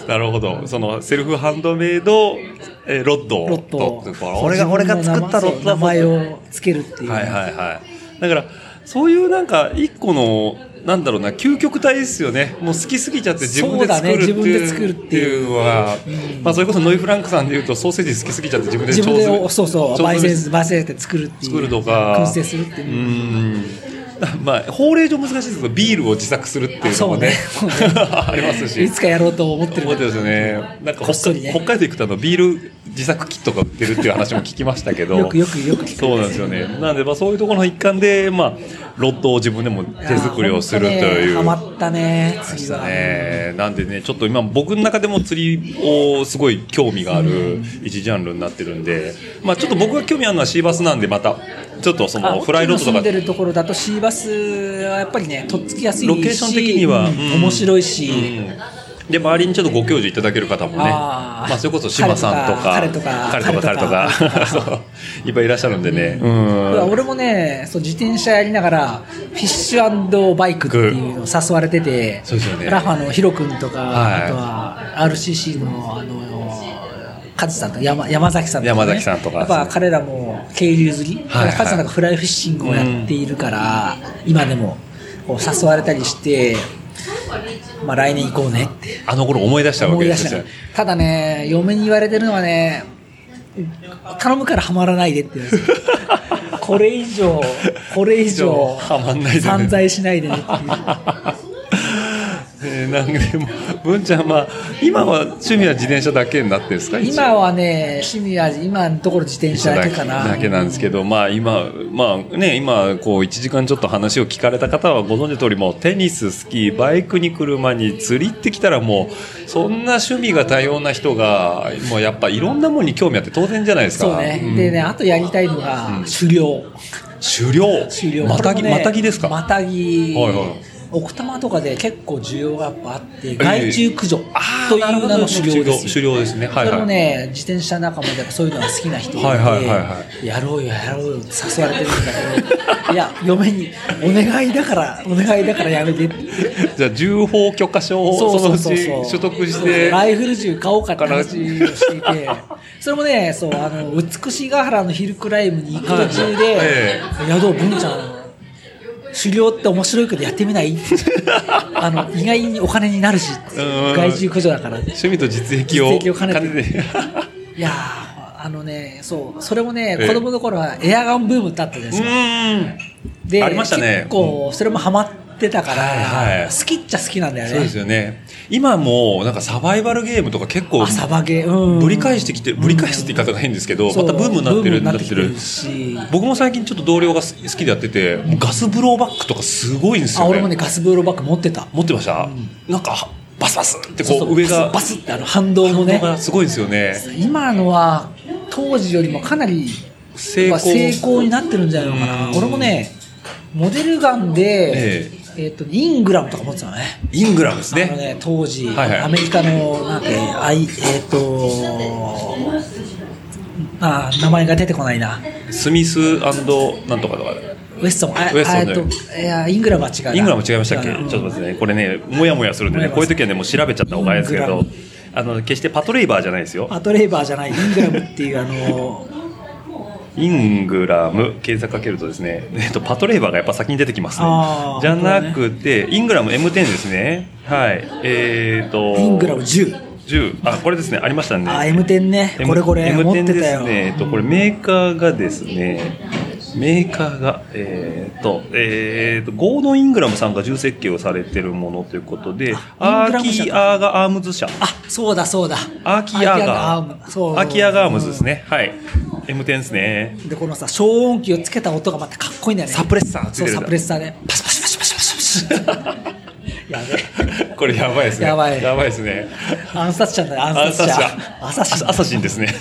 なるほど。そのセルフハンドメイド、ロッドと俺が作ったロッド名前をつけるっていう。 はいはいはい。だからそういうなんか一個のなんだろうな、究極体ですよね。もう好きすぎちゃって自分で作るっていうのは、まあそれこそノイフランクさんでいうとソーセージ好きすぎちゃって自分で焙煎して作るっていう。 作るとか燻製するっていう。 まあ法令上難しいですけどビールを自作するっていうのもねありますし、 いつかやろうと思ってるんですよね。なんか北海道行くとビール自作キットが売ってるっていう話も聞きましたけどよく聞く。 そうなんですよね。なのでまあそういうところの一環でまあロッドを自分でも手作りをするという。 ハマったね次はね。なんでねちょっと今僕の中でも釣りをすごい興味がある一ジャンルになってるんで、まあちょっと僕が興味あるのはシーバスなんでまたちょっとそのフライロッドとか住んでるところだとシーバスはやっぱりねとっつきやすいしロケーション的には、 面白いし、 で周りにちょっとご教授いただける方もね、まあそれこそ島さんとか彼とかそういっぱいいらっしゃるんでね。 俺もね自転車やりながらフィッシュ&バイクっていうのを誘われてて、 そうですよね、 ラファのヒロ君とか、あとは RCC のカズさんと山崎さんとか、ね、やっぱ彼らも渓流釣り、カズさんなんかフライフィッシングをやっているから、今でもこう誘われたりして、まあ、来年行こうねってあの頃思い出したわけですよ。 ただね嫁に言われてるのはね頼むからハマらないでって言うんですよこれ以上ハマんないで、ね、 散財しないでねっていうなんでも文ちゃん、まあ、今は趣味は自転車だけになってるんですか？ 今はね趣味は今のところ自転車だけかな。 だけなんですけど、まあ今こう1時間ちょっと話を聞かれた方はご存知の通りもうテニス、スキー、バイクに車に釣りってきたらもうそんな趣味が多様な人がもうやっぱいろんなものに興味あって当然じゃないですか。 そうね、でねあとやりたいのが狩猟。 またぎですか？ またぎ、はいはい、奥多摩とかで結構需要がやっぱあって害虫駆除という名の狩猟ですよ。 狩猟ですね。はいはい、 それもね自転車仲間でそういうのが好きな人がいて、やろうよ誘われてるんだけどいや嫁にお願いだからやめてってじゃあ銃砲許可証をそのうち取得してライフル銃買おうかって話をしていてそれもね美しが原のヒルクライムに行く途中でどう文ちゃん狩猟って面白いけどやってみない意外にお金になるし害虫駆除だから趣味と実益を兼ねていやそれもね子供の頃はエアガンブームってあったじゃないですか。でありましたね。 結構それもハマってたから、好きっちゃ好きなんだよね。 そうですよね。今もなんかサバイバルゲームとか結構サバゲー、ぶり返してきてぶり返すって言い方が変ですけど、またブームになってるし、僕も最近ちょっと同僚が好きでやっててガスブローバックとかすごいんですよね。 俺もねガスブローバック持ってました、なんかバスバスってこう上がバスって反動もねすごいですよね。 今のは当時よりもかなり成功になってるんじゃないのかな。俺もねモデルガンで、イングラムとか持ってたのね。 イングラムですね。 当時、アメリカのなんて名前が出てこないな。 スミス&なんとかとかウエストンイングラムは違う。 イングラム違いましたっけ？ちょっと待ってね。これねもやもやするんでね、こういう時はねもう調べちゃった方がいいですけど、決してパトレイバーじゃないですよ。 パトレイバーじゃない。イングラムっていうイングラム検索かけるとですね、パトレーバーがやっぱ先に出てきますね。じゃなくて、イングラム M10 ですね。はい。 イングラム10。 これですね。ありましたね。 M10 ね。これ持ってたよ。 M10 ですね。これメーカーがですね、ゴードン・イングラムさんが重設計をされているものということで、アーキーアーガアームズ社。 そうだ。 アーキーアーガアームズですね。はい。M10 ですね。 でこのさ消音器をつけた音がまたかっこいいんだよね。 サプレッサーついてる。 サプレッサーでパシパシパシパシパシパシやべこれやばいですね。やばいですね。 暗殺者だね。 アサシンですね。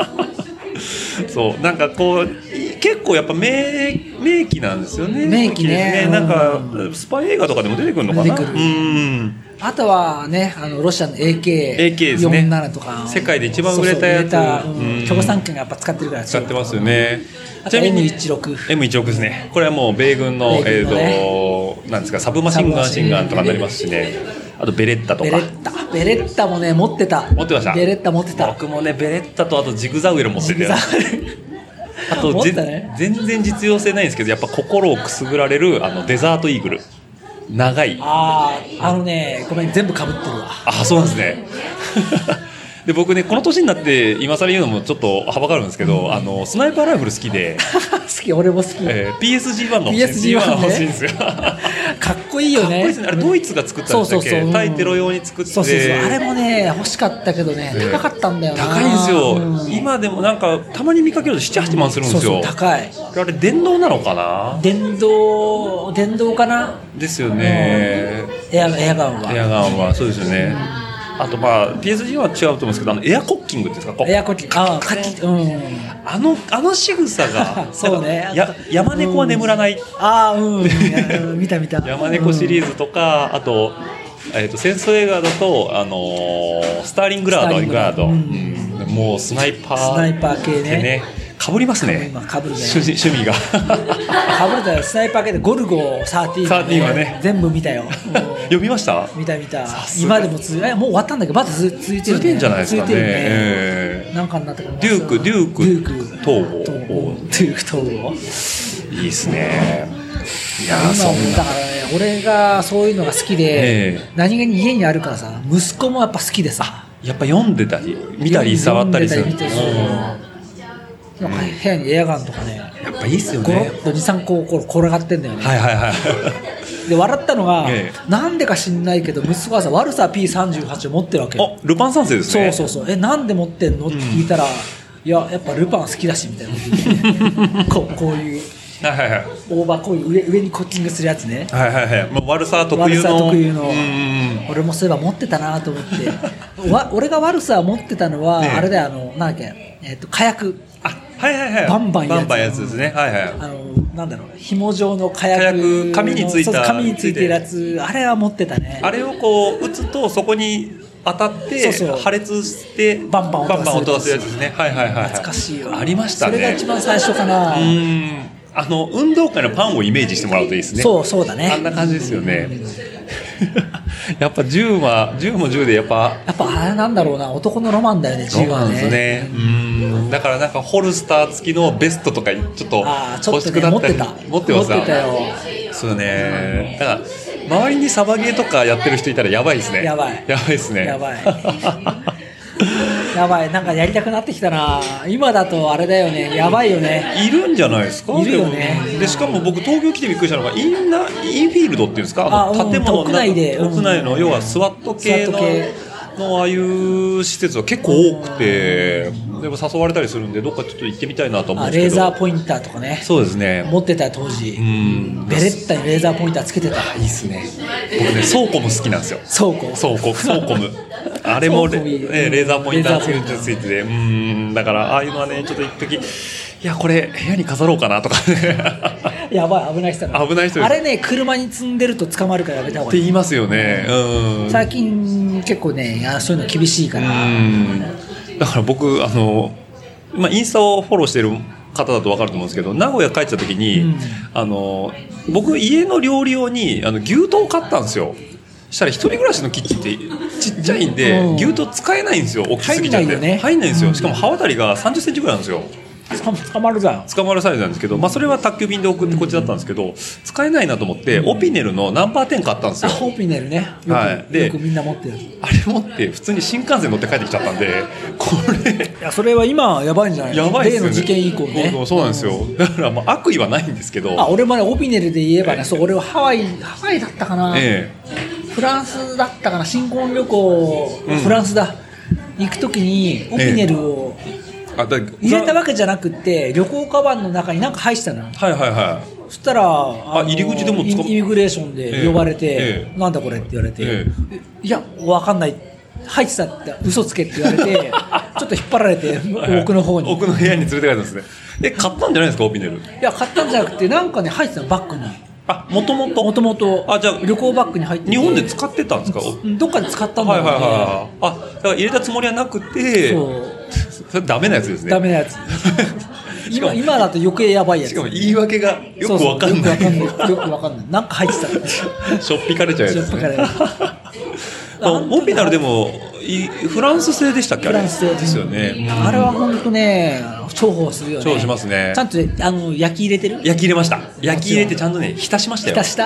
そうなんかこう結構やっぱ名機なんですよね。 名機ね。 なんかスパイ映画とかでも出てくるのかな。 あとはねロシアの AK47 とか、 世界で一番売れたやつ、 共産圏がやっぱ使ってるから使ってますよね。 あと M16 ですね。これはもう米軍のなんですかサブマシンガンとかになりますしね。 あとベレッタとか。 ベレッタもね持ってた。 持ってました。 ベレッタ持ってた。 僕もねベレッタとあとジグザウエル持ってて。あと、ね、全然実用性ないんですけど、やっぱ心をくすぐられるデザートイーグル。長い。 ごめん、全部被ってるわ。 そうなんですね。で僕ねこの年になって今更言うのもちょっとはばかるんですけど、スナイパーライフル好きで好き、俺も好き、 PSG1 の欲しいんですよ。 かっこいいよね。 かっこいいですね。あれドイツが作ったんですっけ、対テロ用に作って。 そうあれもね欲しかったけどね、高かったんだよな。 高いんですよ、今でもなんかたまに見かけると 7,8 万するんですよ。 高い。 あれ電動なのかな。 電動かなですよね。 エアガンはそうですよね。あとPSG は違うと思うんですけどエアコッキングですか。 エアコッキング、 あの仕草がそうね。 山猫は眠らない。 見た。 山猫シリーズとか、あと戦争映画だとスターリングラード、もうスナイパー系ね。かぶりますね。趣味が。 かぶれたよ。スナイパー系でゴルゴ13はね。全部見たよ。 読みました？ 見た。今でももう終わったんだけどまだ続いてるね。 続いてるんじゃないですかね。 なんかになったかな。 デューク統合。いいですね。いや今だからね、俺がそういうのが好きで、何気に家にあるからさ、息子もやっぱ好きでさ。 やっぱ読んでたり見たり触ったりする。 部屋にエアガンとかね、 やっぱいいっすよね。 ゴロッと 2,3 個転がってんだよね。で笑ったのが、なんでか知んないけど息子がさワルサー P38 を持ってるわけ。 ルパン三世ですね。 そうなんで持ってんのって聞いたら、やっぱルパン好きだしみたいなこういうオーバーこういう上にコッキングするやつね。 ワルサー特有の。 俺もそういえば持ってたなと思って俺がワルサー持ってたのは、あれだよ、なんだっけ、火薬。バンバンやつですね。 なんだろう、紐状の火薬、 紙についてるやつ、あれは持ってたね。 あれをこう打つとそこに当たって破裂してバンバン音がするやつですね。 懐かしいよ。 ありましたね。 それが一番最初かな。 運動会のパンをイメージしてもらうといいですね。 そうだね。 あんな感じですよね。やっぱ銃も銃でやっぱあれなんだろうな、男のロマンだよね、銃はね。 ロマンですね。だからなんかホルスター付きのベストとかちょっと欲しくなったり。持ってますよ。そうね。だから周りにサバゲーとかやってる人いたらやばいですね。やばいですね。 やばい、なんかやりたくなってきたな。今だとあれだよね、やばいよね。 いるんじゃないですか。 いるよね。 でしかも僕東京来てびっくりしたのがインフィールドっていうんですか、建物の屋内の要はスワット系のああいう施設は結構多くて、でも誘われたりするんでどっかちょっと行ってみたいなと思うんですけど。 レーザーポインターとかね。 そうですね。 持ってた当時。ベレッタにレーザーポインターつけてた。 いいですね。僕ねソーコム好きなんですよ。ソーコム。あれもレーザーポインターついてて、だからああいうのはねちょっと一時これ部屋に飾ろうかなとかね。 やばい、危ない人だ。あれね、車に積んでると捕まるからやめた方がいいって言いますよね。 最近結構ねそういうの厳しいから。 だから僕インスタをフォローしてる方だと分かると思うんですけど、名古屋帰ってた時に、僕家の料理用に牛刀を買ったんですよ。したら一人暮らしのキッチンってちっちゃいんで、牛刀使えないんですよ。大きすぎちゃって入んないんですよ。しかも刃渡りが30センチぐらいなんですよ。 捕まるサイズなんですけど、それは宅急便で送ってこっちだったんですけど、使えないなと思ってオピネルのナンバー10買ったんですよ。 オピネルね、よくみんな持ってる。 あれ持って普通に新幹線乗って帰ってきちゃったんで、これそれは今やばいんじゃない？ やばいですよね。 例の事件以降ね。 そうなんですよ。だから悪意はないんですけど。 俺もねオピネルで言えばね、俺はハワイだったかな。フランスだったかな、新婚旅行、フランスだ行くときにオピネルを入れたわけじゃなくて、旅行カバンの中に何か入ってたの。そしたら入り口でもイミグレーションで呼ばれて、なんだこれって言われて、いや分かんない、入ってたって嘘つけって言われてちょっと引っ張られて奥の方に、 奥の部屋に連れて帰ったんですね。買ったんじゃないですかオピネル。いや買ったんじゃなくて、なんかね入ってたの、バッグに。 もともとじゃあ旅行バッグに入ってて、 日本で使ってたんですか？ どっかで使ったんだろうね。 だから入れたつもりはなくて、それダメなやつですね。 ダメなやつ今だと余計やばいやつ。 しかも言い訳がよくわかんない。 よくわかんない。なんか入ってた。 しょっぴかれちゃうやつですね。 オピナルでもフランス製でしたっけ？ フランス製ですよね。 あれは本当ね、重宝するよね。 重宝しますね。 ちゃんと焼き入れてる？ 焼き入れました。焼き入れてちゃんとね、浸しましたよ。 浸した？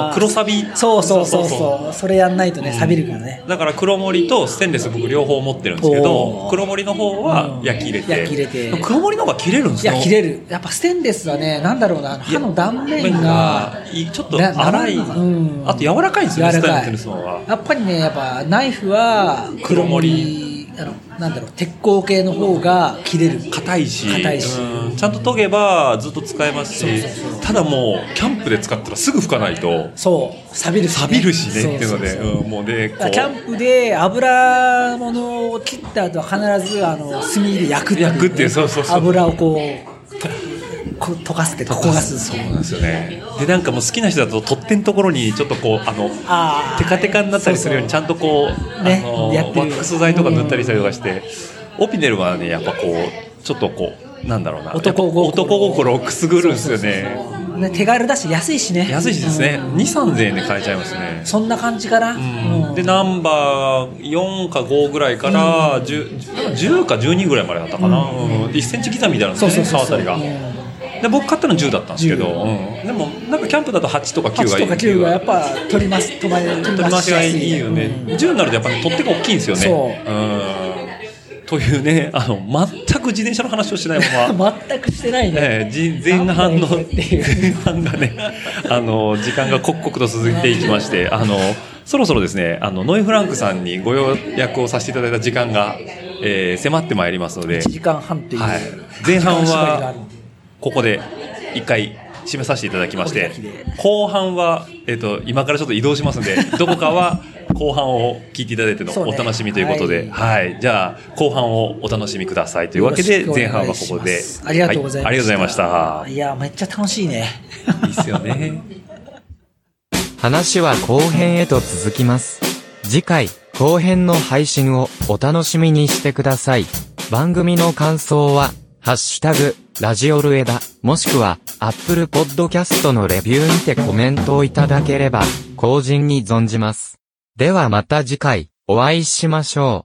黒サビ。 そう。それやんないとね、錆びるからね。 だから黒森りとステンレス僕両方持ってるんですけど、黒森りの方は焼き入れて。 焼き入れて。 黒森りの方が切れるんですよ。 いや、切れる。やっぱステンレスはね、なんだろうな、刃の断面がちょっと粗い。あと柔らかいんですよね、ステンレスの方は。 やっぱりね、やっぱナイフは黒森、なんだろう、鉄鋼系の方が切れる。 硬いし、ちゃんと研げばずっと使えますし、ただもうキャンプで使ったらすぐ拭かないと、 錆びるしねっていうので、もうね、 キャンプで油物を切った後は必ず炭で焼くっていう、油を溶かすって焦がす。 そうなんですよね。でなんかもう好きな人だと取っ手のところにちょっとこうテカテカになったりするようにちゃんとこうワックス剤とか塗ったりしたりとかして、オピネルはねやっぱこうちょっとこうなんだろうな、男心をくすぐるんですよね。 手軽だし安いしね。 安いしですね。2,3000円で買えちゃいますね。 そんな感じかな。 でナンバー4か5ぐらいから10か12ぐらいまでだったかな。1センチ刻みみたいなんですね、刃渡りが。で僕買ったの10だったんですけど、でもなんかキャンプだと8とか9がいい。8とか 9がやっぱ取り回しがいいよね。10になるとやっぱり取っ手が大きいんですよね。というね、全く自転車の話をしないまま全くしてないね。 前半がね時間が刻々と続いていきまして、そろそろですねノイフランクさんにご予約をさせていただいた時間が、迫ってまいりますので、 1時間半という、 前半はここで1回締めさせていただきまして、後半は、今からちょっと移動しますのでどこかは後半を聞いていただいてのお楽しみということで、じゃあ後半をお楽しみくださいというわけで、前半はここでありがとうございました。 ありがとうございました。 いやめっちゃ楽しいね。 いいっすよね。 話は後編へと続きます。次回後編の配信をお楽しみにしてください。番組の感想はハッシュタグラジオルエダもしくは Apple Podcast のレビューにてコメントをいただければ後人に存じます。ではまた次回お会いしましょう。